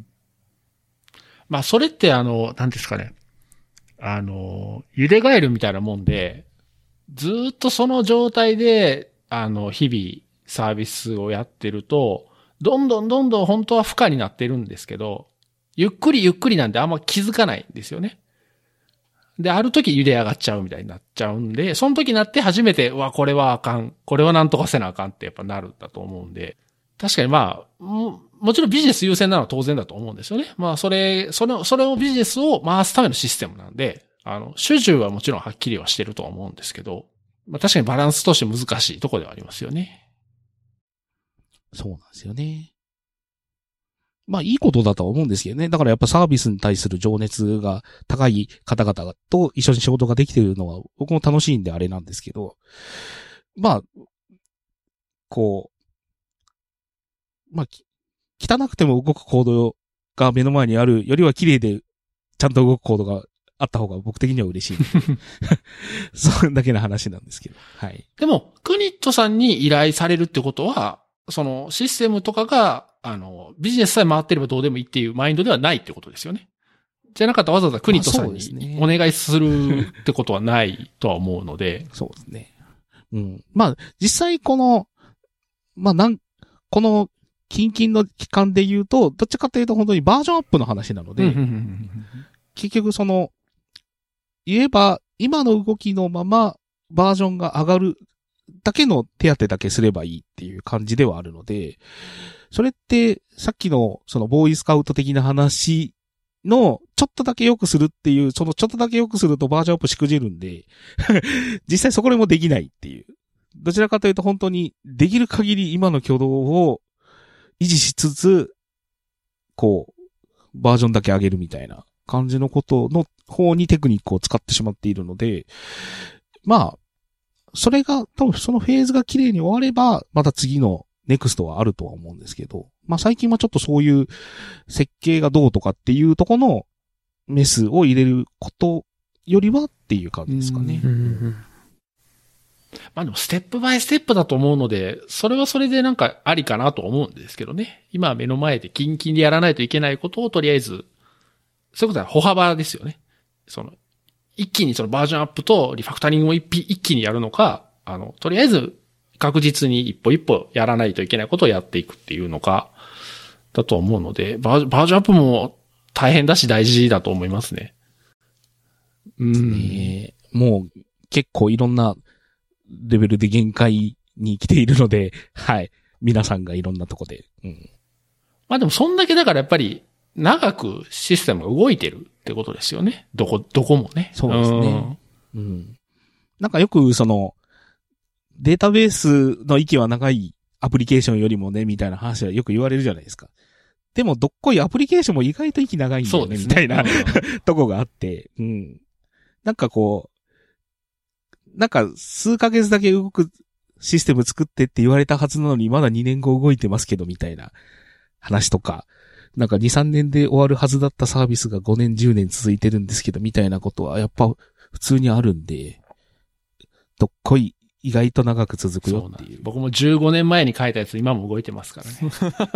まあそれってあの、何ですかね。あの、茹でガエルみたいなもんで、ずーっとその状態で、あの、日々サービスをやってると、どんどんどんどん本当は負荷になってるんですけど、ゆっくりゆっくりなんであんま気づかないんですよね。で、ある時茹で上がっちゃうみたいになっちゃうんで、その時になって初めて、うわ、これはあかん。これはなんとかせなあかんってやっぱなるんだと思うんで、確かにまあ、も、もちろんビジネス優先なのは当然だと思うんですよね。まあ、それ、それ、それをビジネスを回すためのシステムなんで、あの、主従はもちろんはっきりはしてるとは思うんですけど、まあ確かにバランスとして難しいところではありますよね。 そうなんですよね。まあいいことだとは思うんですけどね。だからやっぱサービスに対する情熱が高い方々と一緒に仕事ができているのは僕も楽しいんであれなんですけど、まあ、こう、まあ、汚くても動くコードが目の前にあるよりは綺麗でちゃんと動くコードがあった方が僕的には嬉しい。そんだけの話なんですけど。はい。 でも、クニットさんに依頼されるってことは、そのシステムとかが、あの、ビジネスさえ回ってればどうでもいいっていうマインドではないってことですよね。じゃなかったらわざわざクニットさんにお願いするってことはないとは思うので。 そうですね。うん。まあ、実際この、まあなん、この、近々の期間で言うと、どっちかというと本当にバージョンアップの話なので、結局その、言えば、今の動きのままバージョンが上がるだけの手当てだけすればいいっていう感じではあるので、それってさっきのそのボーイスカウト的な話のちょっとだけ良くするっていう、そのちょっとだけ良くするとバージョンアップしくじるんで、実際そこでもできないっていう。どちらかというと本当にできる限り今の挙動を維持しつつ、こう、バージョンだけ上げるみたいな感じのことの方にテクニックを使ってしまっているので、まあ、それが、多分そのフェーズが綺麗に終われば、また次のネクストはあるとは思うんですけど、まあ最近はちょっとそういう設計がどうとかっていうところのメスを入れることよりはっていう感じですかね。 うんうんうん、まあでもステップバイステップだと思うので、それはそれでなんかありかなと思うんですけどね。今目の前でキンキンでやらないといけないことをとりあえず、そういうことは歩幅ですよね。その、一気にそのバージョンアップとリファクタリングを一一気にやるのか、あの、とりあえず確実に一歩一歩やらないといけないことをやっていくっていうのか、だと思うので、バー、バージョンアップも大変だし大事だと思いますね。 うん。ね、もう結構いろんなレベルで限界に来ているので、はい。皆さんがいろんなとこで。うん。 まあでもそんだけだからやっぱり長くシステムが動いてるってことですよね。どこ、どこもね。 そうですね。うん。うん、なんかよくその、データベースの息は長いアプリケーションよりもね、みたいな話はよく言われるじゃないですか。でも、どっこいアプリケーションも意外と息長いんだよね、みたいなとこがあって、うん。なんかこう、なんか数ヶ月だけ動くシステム作ってって言われたはずなのに、まだにねんご動いてますけど、みたいな話とか、なんかに、さんねんで終わるはずだったサービスがごねん、じゅうねん続いてるんですけど、みたいなことはやっぱ普通にあるんで、どっこい意外と長く続くよっていう。 僕もじゅうごねんまえに書いたやつ今も動いてますからね。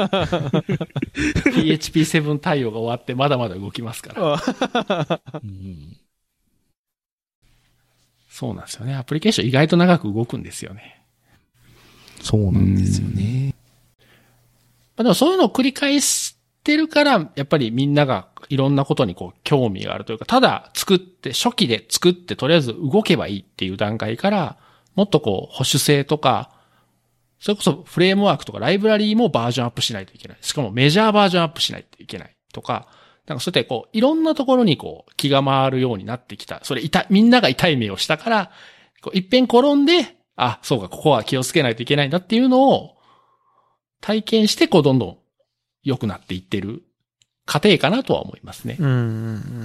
ピーエイチピーセブン 対応が終わってまだまだ動きますから、うん。そうなんですよね。アプリケーション意外と長く動くんですよね。 そうなんですよね。 まあ、でもそういうのを繰り返してるから、やっぱりみんながいろんなことにこう興味があるというか、ただ作って、初期で作ってとりあえず動けばいいっていう段階から、もっとこう保守性とか、それこそフレームワークとかライブラリーもバージョンアップしないといけない。しかもメジャーバージョンアップしないといけないとか、なんかそうやってこう、いろんなところにこう、気が回るようになってきた。それ痛い、みんなが痛い目をしたから、こう一遍転んで、あ、そうか、ここは気をつけないといけないんだっていうのを体験して、こう、どんどん良くなっていってる過程かなとは思いますね。 うんうんうん。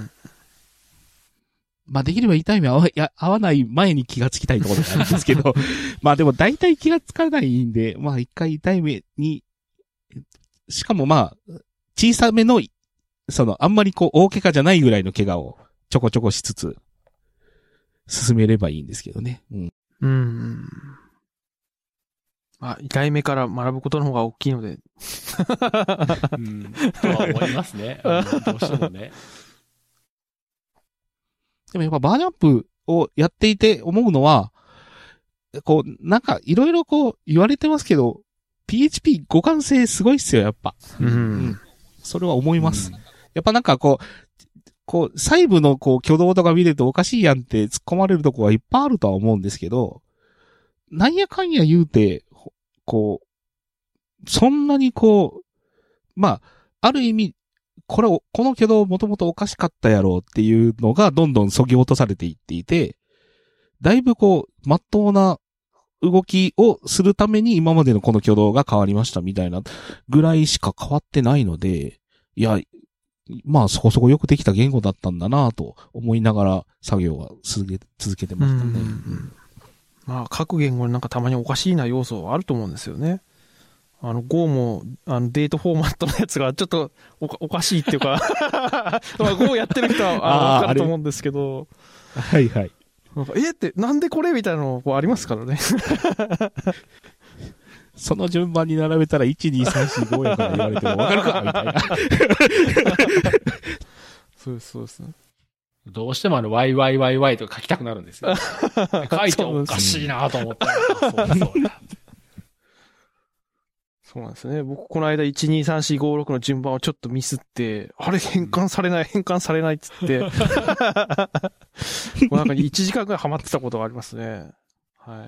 まあできれば痛い目合わ、や合わない前に気がつきたいところなんですけど、まあでも大体気がつかないんで、まあ一回痛い目に、しかもまあ、小さめの、その、あんまりこう大怪我じゃないぐらいの怪我をちょこちょこしつつ、進めればいいんですけどね。うん。 うん。まあ、痛い目から学ぶことの方が大きいので。 うん。とは思いますね。どうしてもね。 でもやっぱバージョンアップをやっていて思うのは、こう、なんかいろいろこう言われてますけど、ピーエイチピー 互換性すごいっすよ、やっぱ。 うん。うん、 それは思います。うん、やっぱなんかこう、こう、細部のこう挙動とか見るとおかしいやんって突っ込まれるとこはいっぱいあるとは思うんですけど、なんやかんや言うて、こう、そんなにこう、まあ、ある意味、これを、この挙動もともとおかしかったやろうっていうのがどんどん削ぎ落とされていっていて、だいぶこう、まっとうな動きをするために今までのこの挙動が変わりましたみたいなぐらいしか変わってないので、いや、まあそこそこよくできた言語だったんだなと思いながら作業は続け、続けてましたね。うんうんうん、 まあ各言語になんかたまにおかしいな要素はあると思うんですよね。あの Go もあのデートフォーマットのやつがちょっと おか, おかしいっていうかまあ Go やってる人はわかると思うんですけど。 はいはい。 なんかえってなんでこれみたいなのありますからね。 その順番に並べたらいち、に、さん、よん、ごやから言われてもわかるかみたいな。 そうですそうですね。 どうしてもあの ワイワイワイワイ とか書きたくなるんですよ。書いておかしいなと思ったら。そうそうそうなんですね。僕、この間、いち、に、さん、よん、ご、ろくの順番をちょっとミスって、あれ、変換されない、変換されないっつって、もうなんかいちじかんくらいハマってたことがありますね。はい。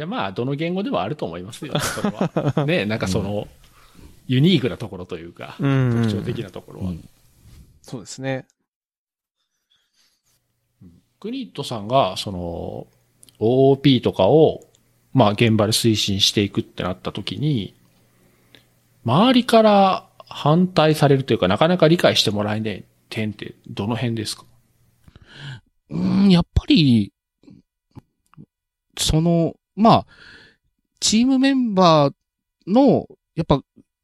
いや、まあ、どの言語でもあると思いますよ、それは。ね、なんかその、うん、ユニークなところというか、うん、特徴的なところは。うん、 そうですね。 グニットさんが、その、オーオーピー とかを、まあ現場で推進していくってなった時に、周りから反対されるというか、なかなか理解してもらえない点ってどの辺ですか？ うーん、やっぱり、その、まあ、チームメンバーの、やっぱ、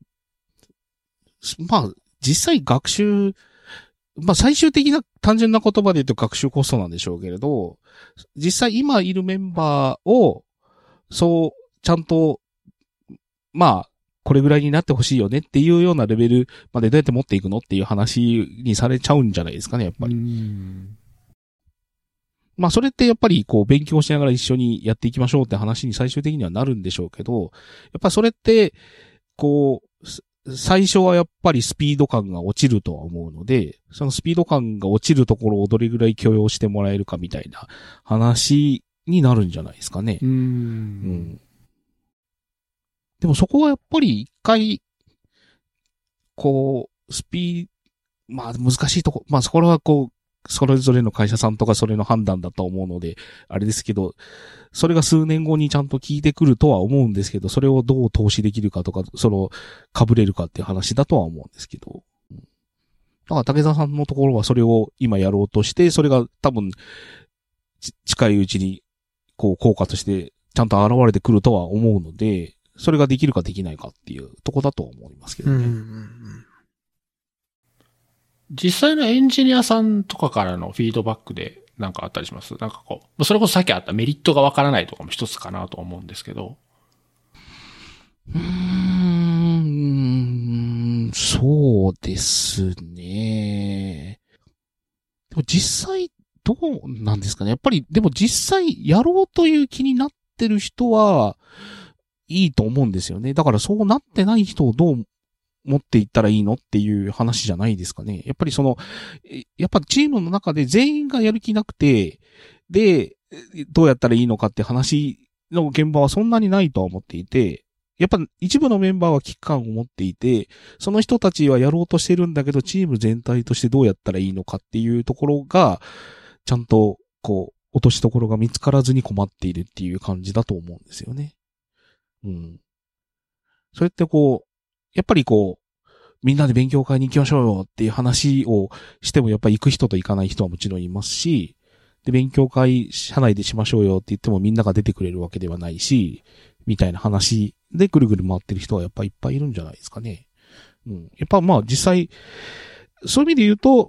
まあ、実際学習、まあ最終的な単純な言葉で言うと学習コストなんでしょうけれど、実際今いるメンバーを、そう、ちゃんと、まあ、これぐらいになってほしいよねっていうようなレベルまでどうやって持っていくのっていう話にされちゃうんじゃないですかね、やっぱり。うんまあ、それってやっぱりこう勉強しながら一緒にやっていきましょうって話に最終的にはなるんでしょうけど、やっぱそれって、こう、最初はやっぱりスピード感が落ちるとは思うので、そのスピード感が落ちるところをどれぐらい許容してもらえるかみたいな話になるんじゃないですかね。 うーん。うん。 でもそこはやっぱり一回、こう、スピー、まあ難しいとこ、まあそこらはこう、それぞれの会社さんとかそれの判断だと思うので、あれですけど、それが数年後にちゃんと効いてくるとは思うんですけど、それをどう投資できるかとか、その、被れるかっていう話だとは思うんですけど。だから竹澤さんのところはそれを今やろうとして、それが多分、近いうちに、こう、効果としてちゃんと現れてくるとは思うので、それができるかできないかっていうとこだと思いますけどね。うんうんうん、 実際のエンジニアさんとかからのフィードバックでなんかあったりします？なんかこう、それこそさっきあったメリットがわからないとかも一つかなと思うんですけど。 うーん、そうですね。でも実際どうなんですかね。やっぱり、でも実際やろうという気になってる人は、いいと思うんですよね。だからそうなってない人をどう持っていったらいいのっていう話じゃないですかね。やっぱりその、やっぱチームの中で全員がやる気なくて、で、どうやったらいいのかって話の現場はそんなにないとは思っていて、やっぱ一部のメンバーは危機感を持っていて、その人たちはやろうとしてるんだけど、チーム全体としてどうやったらいいのかっていうところが、ちゃんと、こう、落としどころが見つからずに困っているっていう感じだと思うんですよね。うん。それってこう、やっぱりこう、みんなで勉強会に行きましょうよっていう話をしてもやっぱり行く人と行かない人はもちろんいますし、で、勉強会社内でしましょうよって言ってもみんなが出てくれるわけではないし、みたいな話でぐるぐる回ってる人はやっぱいっぱいいるんじゃないですかね。うん。やっぱまあ実際、そういう意味で言うと、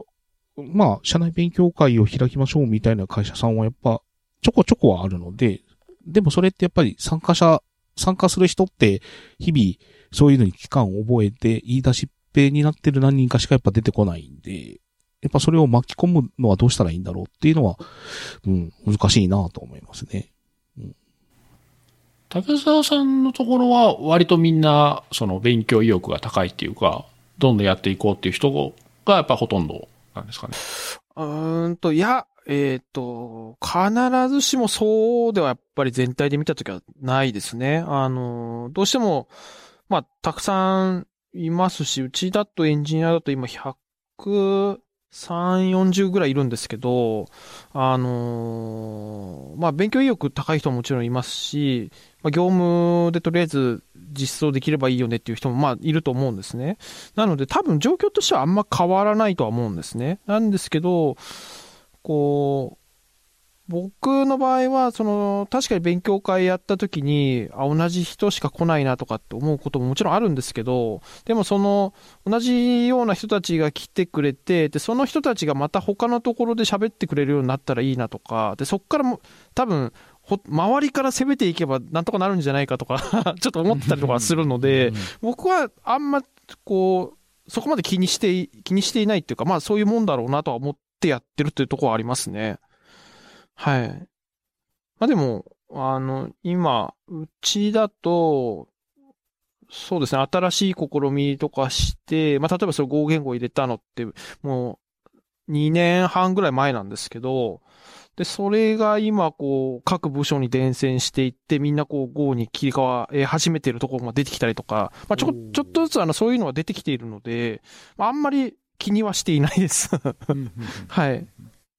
まあ、社内勉強会を開きましょうみたいな会社さんはやっぱ、ちょこちょこはあるので、でもそれってやっぱり参加者、参加する人って、日々、そういうのに期間を覚えて、言い出しっぺになってる何人かしかやっぱ出てこないんで、やっぱそれを巻き込むのはどうしたらいいんだろうっていうのは、うん、難しいなと思いますね。うん、 竹澤さんのところは割とみんな、その勉強意欲が高いっていうか、どんどんやっていこうっていう人がやっぱほとんどなんですかね。 うーんと、いや、えっと、必ずしもそうではやっぱり全体で見たときはないですね。あの、どうしても、まあ、たくさんいますし、うちだとエンジニアだと今ひゃくさんじゅう、よんじゅうぐらいいるんですけど、あの、まあ、勉強意欲高い人ももちろんいますし、まあ、業務でとりあえず実装できればいいよねっていう人もまあいると思うんですね。なので多分状況としてはあんま変わらないとは思うんですね。なんですけど、こう、僕の場合は、その、確かに勉強会やった時に、あ、同じ人しか来ないなとかって思うことももちろんあるんですけど、でもその、同じような人たちが来てくれて、で、その人たちがまた他のところで喋ってくれるようになったらいいなとか、で、そっからも、多分、ほ周りから攻めていけばなんとかなるんじゃないかとかちょっと思ったりとかするので、僕はあんま、こう、そこまで気にして、気にしていないっていうか、まあそういうもんだろうなとは思ってやってるっていうところはありますね。はい。まあでも、あの、今、うちだと、そうですね、新しい試みとかして、まあ例えばそれ合言語を入れたのって、もうにねんはんぐらい前なんですけど、で、それが今こう、各部署に伝染していって、みんなこう、Go に切り替わえ始めてるところが出てきたりとか、まあちょ、ちょっとずつあの、そういうのは出てきているので、まああんまり気にはしていないですはい。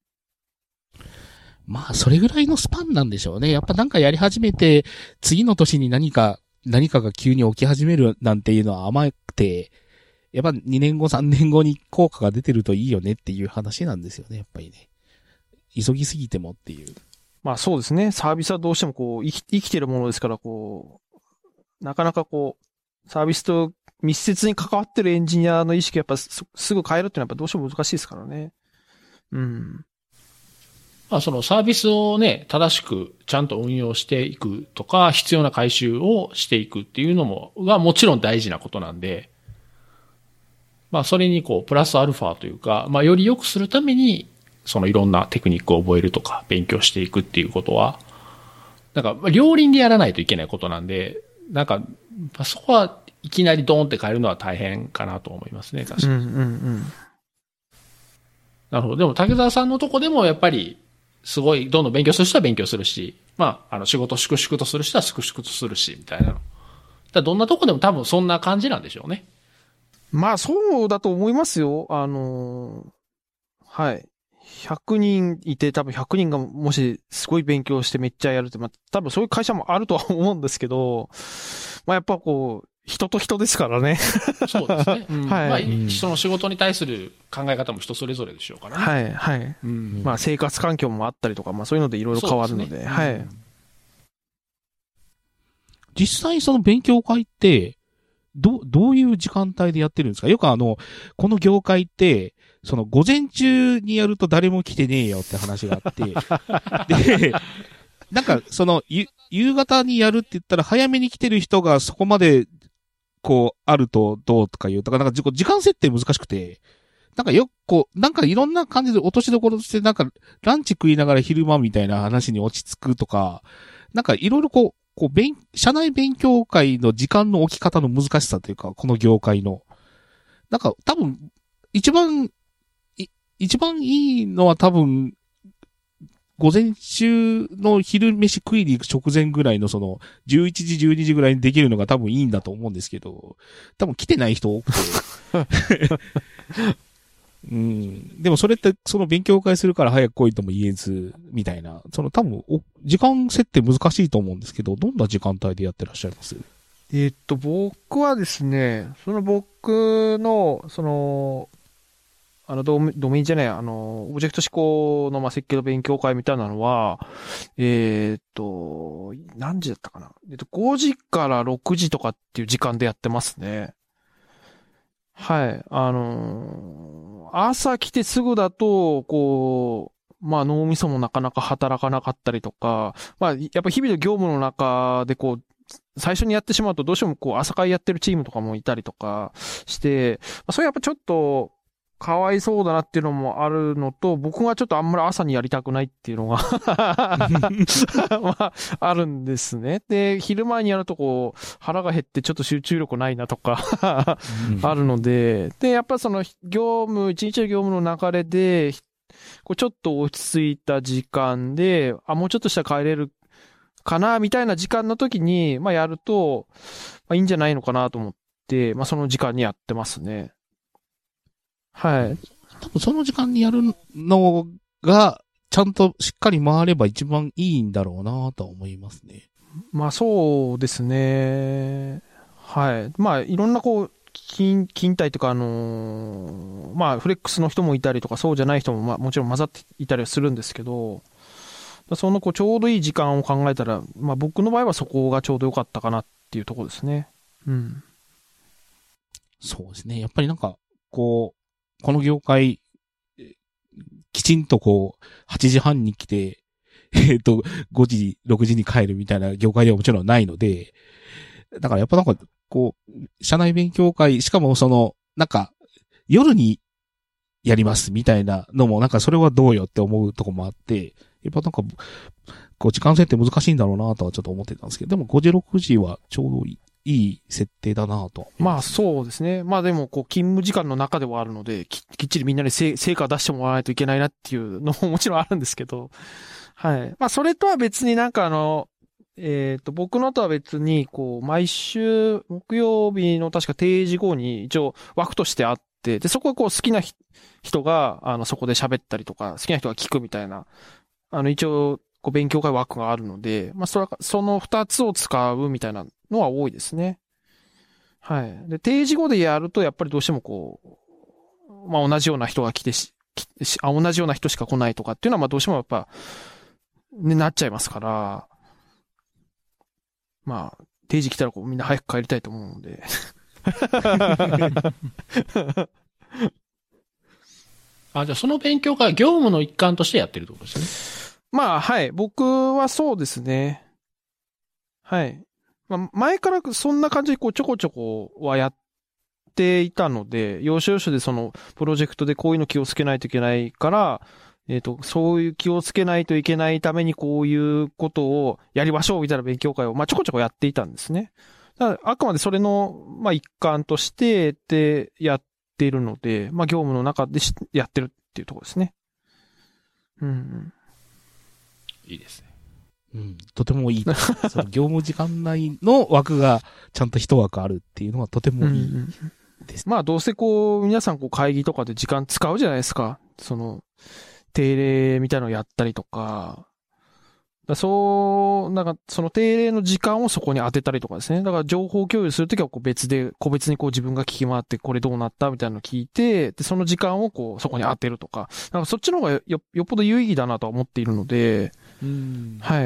まあ、それぐらいのスパンなんでしょうね。やっぱなんかやり始めて、次の年に何か、何かが急に起き始めるなんていうのは甘くて、やっぱにねんご、さんねんごに効果が出てるといいよねっていう話なんですよね、やっぱりね。急ぎすぎてもっていう。 まあそうですね。サービスはどうしてもこう、生き、生きてるものですから、こう、なかなかこう、サービスと密接に関わってるエンジニアの意識をやっぱ す, すぐ変えるっていうのはやっぱどうしても難しいですからね。うん。 まあそのサービスをね、正しくちゃんと運用していくとか、必要な回収をしていくっていうのも、がもちろん大事なことなんで、まあそれにこう、プラスアルファというか、まあより良くするために、そのいろんなテクニックを覚えるとか、勉強していくっていうことは、なんか両輪でやらないといけないことなんで、なんか、そこはいきなりドーンって変えるのは大変かなと思いますね、確かに。 うんうんうん。 なるほど。でも竹澤さんのとこでもやっぱり、すごい、どんどん勉強する人は勉強するし、まあ、あの、仕事粛々とする人は粛々とするし、みたいなの。だからどんなとこでも多分そんな感じなんでしょうね。 まあそうだと思いますよ。あのー、はい。ひゃくにんいて多分ひゃくにんがもしすごい勉強してめっちゃやるって、まあ多分そういう会社もあるとは思うんですけど、まあやっぱこう、人と人ですからね。 そうですね。うん、 はい。 まあ、その仕事に対する考え方も人それぞれでしょうからね。 はい、はい。うん、まあ生活環境もあったりとか、まあそういうのでいろいろ変わるので、でね、はい、うん。 実際その勉強会って、ど、どういう時間帯でやってるんですか？よくあの、この業界って、その午前中にやると誰も来てねえよって話があって、で、なんかその、ゆ、夕方にやるって言ったら早めに来てる人がそこまで、こう、あるとどうとかいう、だからなんか時間設定難しくて、なんかよくこう、なんかいろんな感じで落としどころとしてなんかランチ食いながら昼間みたいな話に落ち着くとか、なんかいろいろこう、こう、勉、社内勉強会の時間の置き方の難しさというか、この業界の。なんか多分、一番、一番いいのは多分、午前中の昼飯食いに行く直前ぐらいのその、じゅういちじ、じゅうにじぐらいにできるのが多分いいんだと思うんですけど、多分来てない人多くて。うん。でもそれってその勉強会するから早く来いとも言えず、みたいな。その多分、時間設定難しいと思うんですけど、どんな時間帯でやってらっしゃいます？ えっと、僕はですね、その僕の、その、あのドメ、ドメインじゃない、あの、オブジェクト思考の、まあ、設計の勉強会みたいなのは、えー、っと、何時だったかな。えっと、ごじからろくじとかっていう時間でやってますね。 はい。あのー、朝来てすぐだと、こう、まあ脳みそもなかなか働かなかったりとか、まあやっぱ日々の業務の中でこう、最初にやってしまうとどうしてもこう朝会やってるチームとかもいたりとかして、まあ、それやっぱちょっとかわいそうだなっていうのもあるのと、僕がちょっとあんまり朝にやりたくないっていうのがまあ、あるんですね。で、昼前にやるとこう、腹が減ってちょっと集中力ないなとかあるので、で、やっぱその業務、一日の業務の流れで、こうちょっと落ち着いた時間で、あ、もうちょっとしたら帰れるかな、みたいな時間の時に、まあやると、まあいいんじゃないのかなと思って、まあその時間にやってますね。はい。 多分その時間にやるのが、ちゃんとしっかり回れば一番いいんだろうなと思いますね。 まあそうですね。はい。まあいろんなこう、筋、筋体とかあのー、まあフレックスの人もいたりとかそうじゃない人もまあもちろん混ざっていたりはするんですけど、そのこうちょうどいい時間を考えたら、まあ僕の場合はそこがちょうどよかったかなっていうところですね。うん。 そうですね。やっぱりなんか、こう、この業界、きちんとこう、はちじはんに来て、えっと、ごじ、ろくじに帰るみたいな業界ではもちろんないので、だからやっぱなんか、こう、社内勉強会、しかもその、なんか、夜にやりますみたいなのも、なんかそれはどうよって思うとこもあって、やっぱなんか、こう、時間設定難しいんだろうなとはちょっと思ってたんですけど、でもごじ、ろくじはちょうどいい。いい設定だなと。 まあそうですね。まあでもこう勤務時間の中ではあるので、き, きっちりみんなに成果を出してもらわないといけないなっていうのももちろんあるんですけど、はい。まあそれとは別になんかあの、えっと、僕のとは別に、こう、毎週木曜日の確か定時後に一応枠としてあって、で、そこはこう好きな人が、あの、そこで喋ったりとか、好きな人が聞くみたいな、あの、一応、こう勉強会枠があるので、まあそれは、その二つを使うみたいなのは多いですね。はい。で、定時後でやると、やっぱりどうしてもこう、まあ同じような人が来てし、しあ同じような人しか来ないとかっていうのは、まあどうしてもやっぱ、ね、なっちゃいますから、まあ、定時来たらこうみんな早く帰りたいと思うので。 あ、じゃあその勉強会は業務の一環としてやってるってことですね。 まあ、はい。僕はそうですね。はい。まあ、前からそんな感じでこうちょこちょこはやっていたので、要所要所でそのプロジェクトでこういうの気をつけないといけないから、えっと、そういう気をつけないといけないためにこういうことをやりましょうみたいな勉強会を、まあ、ちょこちょこやっていたんですね。だからあくまでそれの、まあ、一環としてでやっているので、まあ、業務の中でやってるっていうところですね。うん。 いいですね。 うん。とてもいい。その業務時間内の枠がちゃんと一枠あるっていうのはとてもいいです。 うんうん、まあ、どうせこう、皆さんこう会議とかで時間使うじゃないですか。その、定例みたいなのをやったりとか、だそう、なんか、その定例の時間をそこに当てたりとかですね。だから情報共有するときはこう別で、個別にこう自分が聞き回って、これどうなったみたいなのを聞いて、で、その時間をこう、そこに当てるとか。なんかそっちの方が よ, よっぽど有意義だなとは思っているので、 うん、 はい。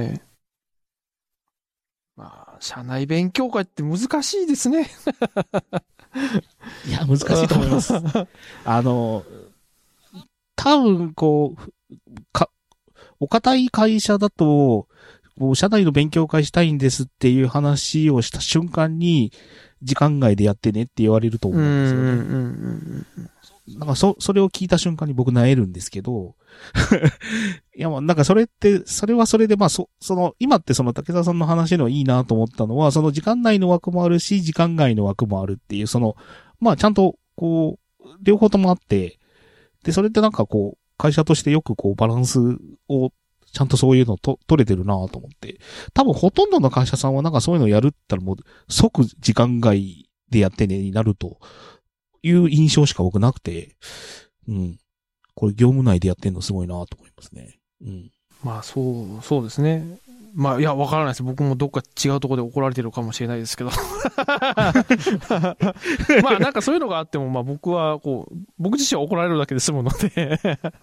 まあ、社内勉強会って難しいですね。 いや、難しいと思います。あの、多分、こう、か、お堅い会社だと、こう社内の勉強会したいんですっていう話をした瞬間に、時間外でやってねって言われると思うんですよね。うんうんうんうん、なんかそ、それを聞いた瞬間に僕萎えるんですけど、いや、まあ、なんかそれって、それはそれで、まあ、そ、その、今ってその竹澤さんの話のいいなと思ったのは、その時間内の枠もあるし、時間外の枠もあるっていう、その、まあ、ちゃんと、こう、両方ともあって、で、それってなんかこう、会社としてよくこう、バランスを、ちゃんとそういうのと取れてるなと思って。多分ほとんどの会社さんはなんかそういうのをやるって言ったらもう即時間外でやってねになるという印象しか僕なくて、うん。これ業務内でやってんのすごいなと思いますね。うん。 まあそう、そうですね。まあいや、わからないです。僕もどっか違うところで怒られてるかもしれないですけど。まあなんかそういうのがあっても、まあ僕はこう、僕自身は怒られるだけで済むので。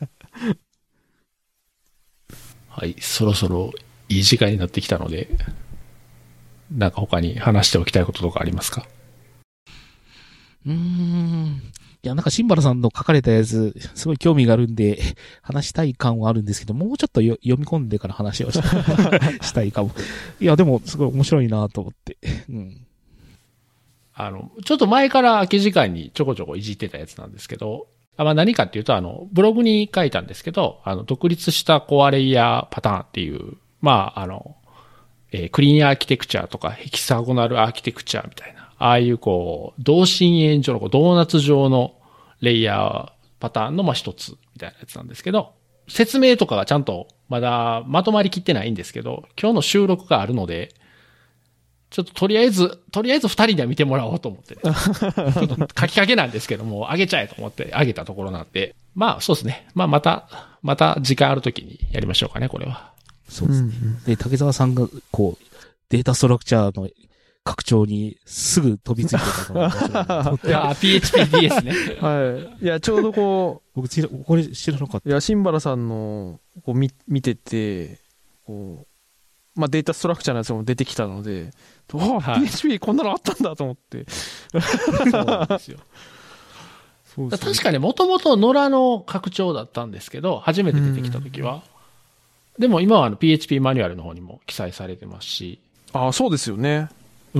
はい、そろそろいい時間になってきたので、なんか他に話しておきたいこととかありますか？ うーん。いや、なんか、シンバラさんの書かれたやつ、すごい興味があるんで、話したい感はあるんですけど、もうちょっとよ読み込んでから話をし, したいかも。いや、でも、すごい面白いなと思って。うん。 あの、ちょっと前から空き時間にちょこちょこいじってたやつなんですけど、あまあ、何かっていうと、あの、ブログに書いたんですけど、あの、独立したコアレイヤーパターンっていう、まあ、あの、えー、クリーンアーキテクチャとかヘキサゴナルアーキテクチャみたいな、ああいうこう、同心円状のこうドーナツ状のレイヤーパターンのまあ一つみたいなやつなんですけど、説明とかがちゃんとまだまとまりきってないんですけど、今日の収録があるので、ちょっととりあえず、とりあえず二人では見てもらおうと思って、ね、ちょっと書きかけなんですけども、あげちゃえと思ってあげたところなんで、まあそうですね。まあまた、また時間あるときにやりましょうかね、これは。 そうですね。うんうん、で、竹澤さんがこう、データストラクチャーの拡張にすぐ飛びついてたから。 いや、ピーエイチピーディーエス ね。 はい。いや、ちょうどこう、 僕、これ知らなかった。 いや、シンバラさんの、こう、見、見てて、こう、まあ、データストラクチャーのやつも出てきたので、ああ、はい、ピーエイチピー こんなのあったんだと思って。 そうなんですよ。そうですね、確かにもともと野良の拡張だったんですけど、初めて出てきたときは。でも今はあの ピーエイチピー マニュアルの方にも記載されてますし。 ああ、そうですよね。 うん。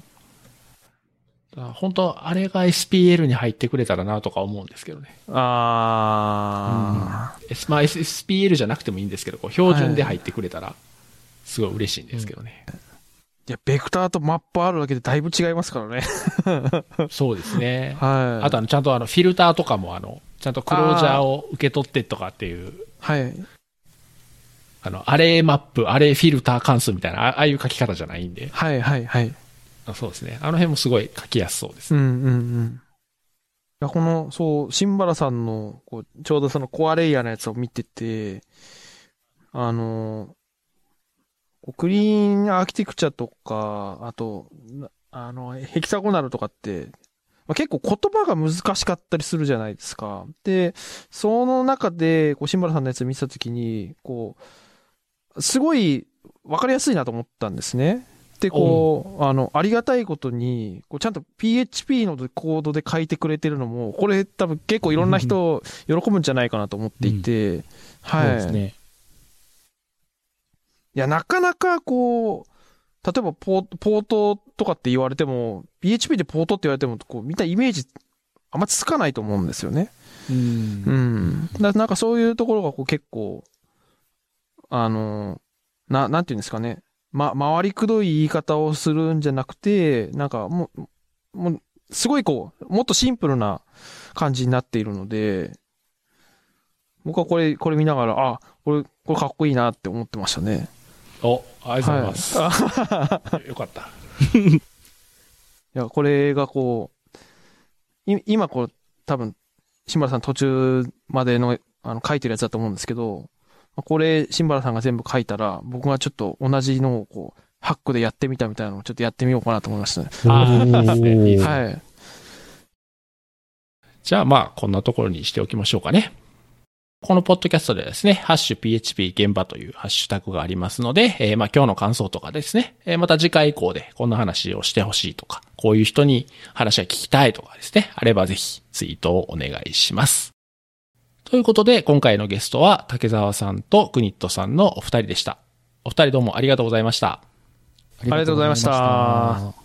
本当あれが エスピーエル に入ってくれたらなとか思うんですけどね。 ああ、 うん。まあ エスピーエル じゃなくてもいいんですけど、こう標準で入ってくれたらすごい嬉しいんですけどね。 はい、いや、ベクターとマップあるだけでだいぶ違いますからね。 そうですね。 はい。 あとあの、ちゃんとあの、フィルターとかもあの、ちゃんとクロージャーを受け取ってとかっていう。 はい。 あの、アレイマップ、アレイフィルター関数みたいな、ああいう書き方じゃないんで。 はいはいはい。 あ、そうですね。あの辺もすごい書きやすそうです、ね。 うんうんうん。いや、この、そう、シンバラさんの、こう、ちょうどそのコアレイヤーのやつを見てて、あの、クリーンアーキテクチャとか、あと、あの、ヘキサゴナルとかって、まあ、結構言葉が難しかったりするじゃないですか。で、その中で、こう、シンバラさんのやつ見てたときに、こう、すごいわかりやすいなと思ったんですね。で、こう、あの、ありがたいことに、こうちゃんと ピーエイチピー のコードで書いてくれてるのも、これ多分結構いろんな人喜ぶんじゃないかなと思っていて、うん、はい。そうですね。いや、なかなかこう、例えばポート、ポートとかって言われても、ピーエイチピー でポートって言われても、こう、みんなイメージあんまつかないと思うんですよね。うん。うん。だなんかそういうところがこう結構、あの、な、なんていうんですかね。ま、回りくどい言い方をするんじゃなくて、なんかもう、もう、すごいこう、もっとシンプルな感じになっているので、僕はこれ、これ見ながら、あ、これ、これかっこいいなって思ってましたね。 お、ありがとうございます。はい、よかった。 いや、これがこう、い今こう、多分、シンバラさん途中までの、あの、書いてるやつだと思うんですけど、これ、シンバラさんが全部書いたら、僕がちょっと同じのをこう、ハックでやってみたみたいなのをちょっとやってみようかなと思いましたね。 ああ、いいですね。いいですね。 はい。 じゃあまあ、こんなところにしておきましょうかね。このポッドキャストではですね、ハッシュ ピーエイチピー 現場というハッシュタグがありますので、えー、まあ今日の感想とかですね、えー、また次回以降でこんな話をしてほしいとか、こういう人に話が聞きたいとかですね、あればぜひツイートをお願いします。ということで、今回のゲストは竹澤さんとクニットさんのお二人でした。お二人どうもありがとうございました。 ありがとうございました。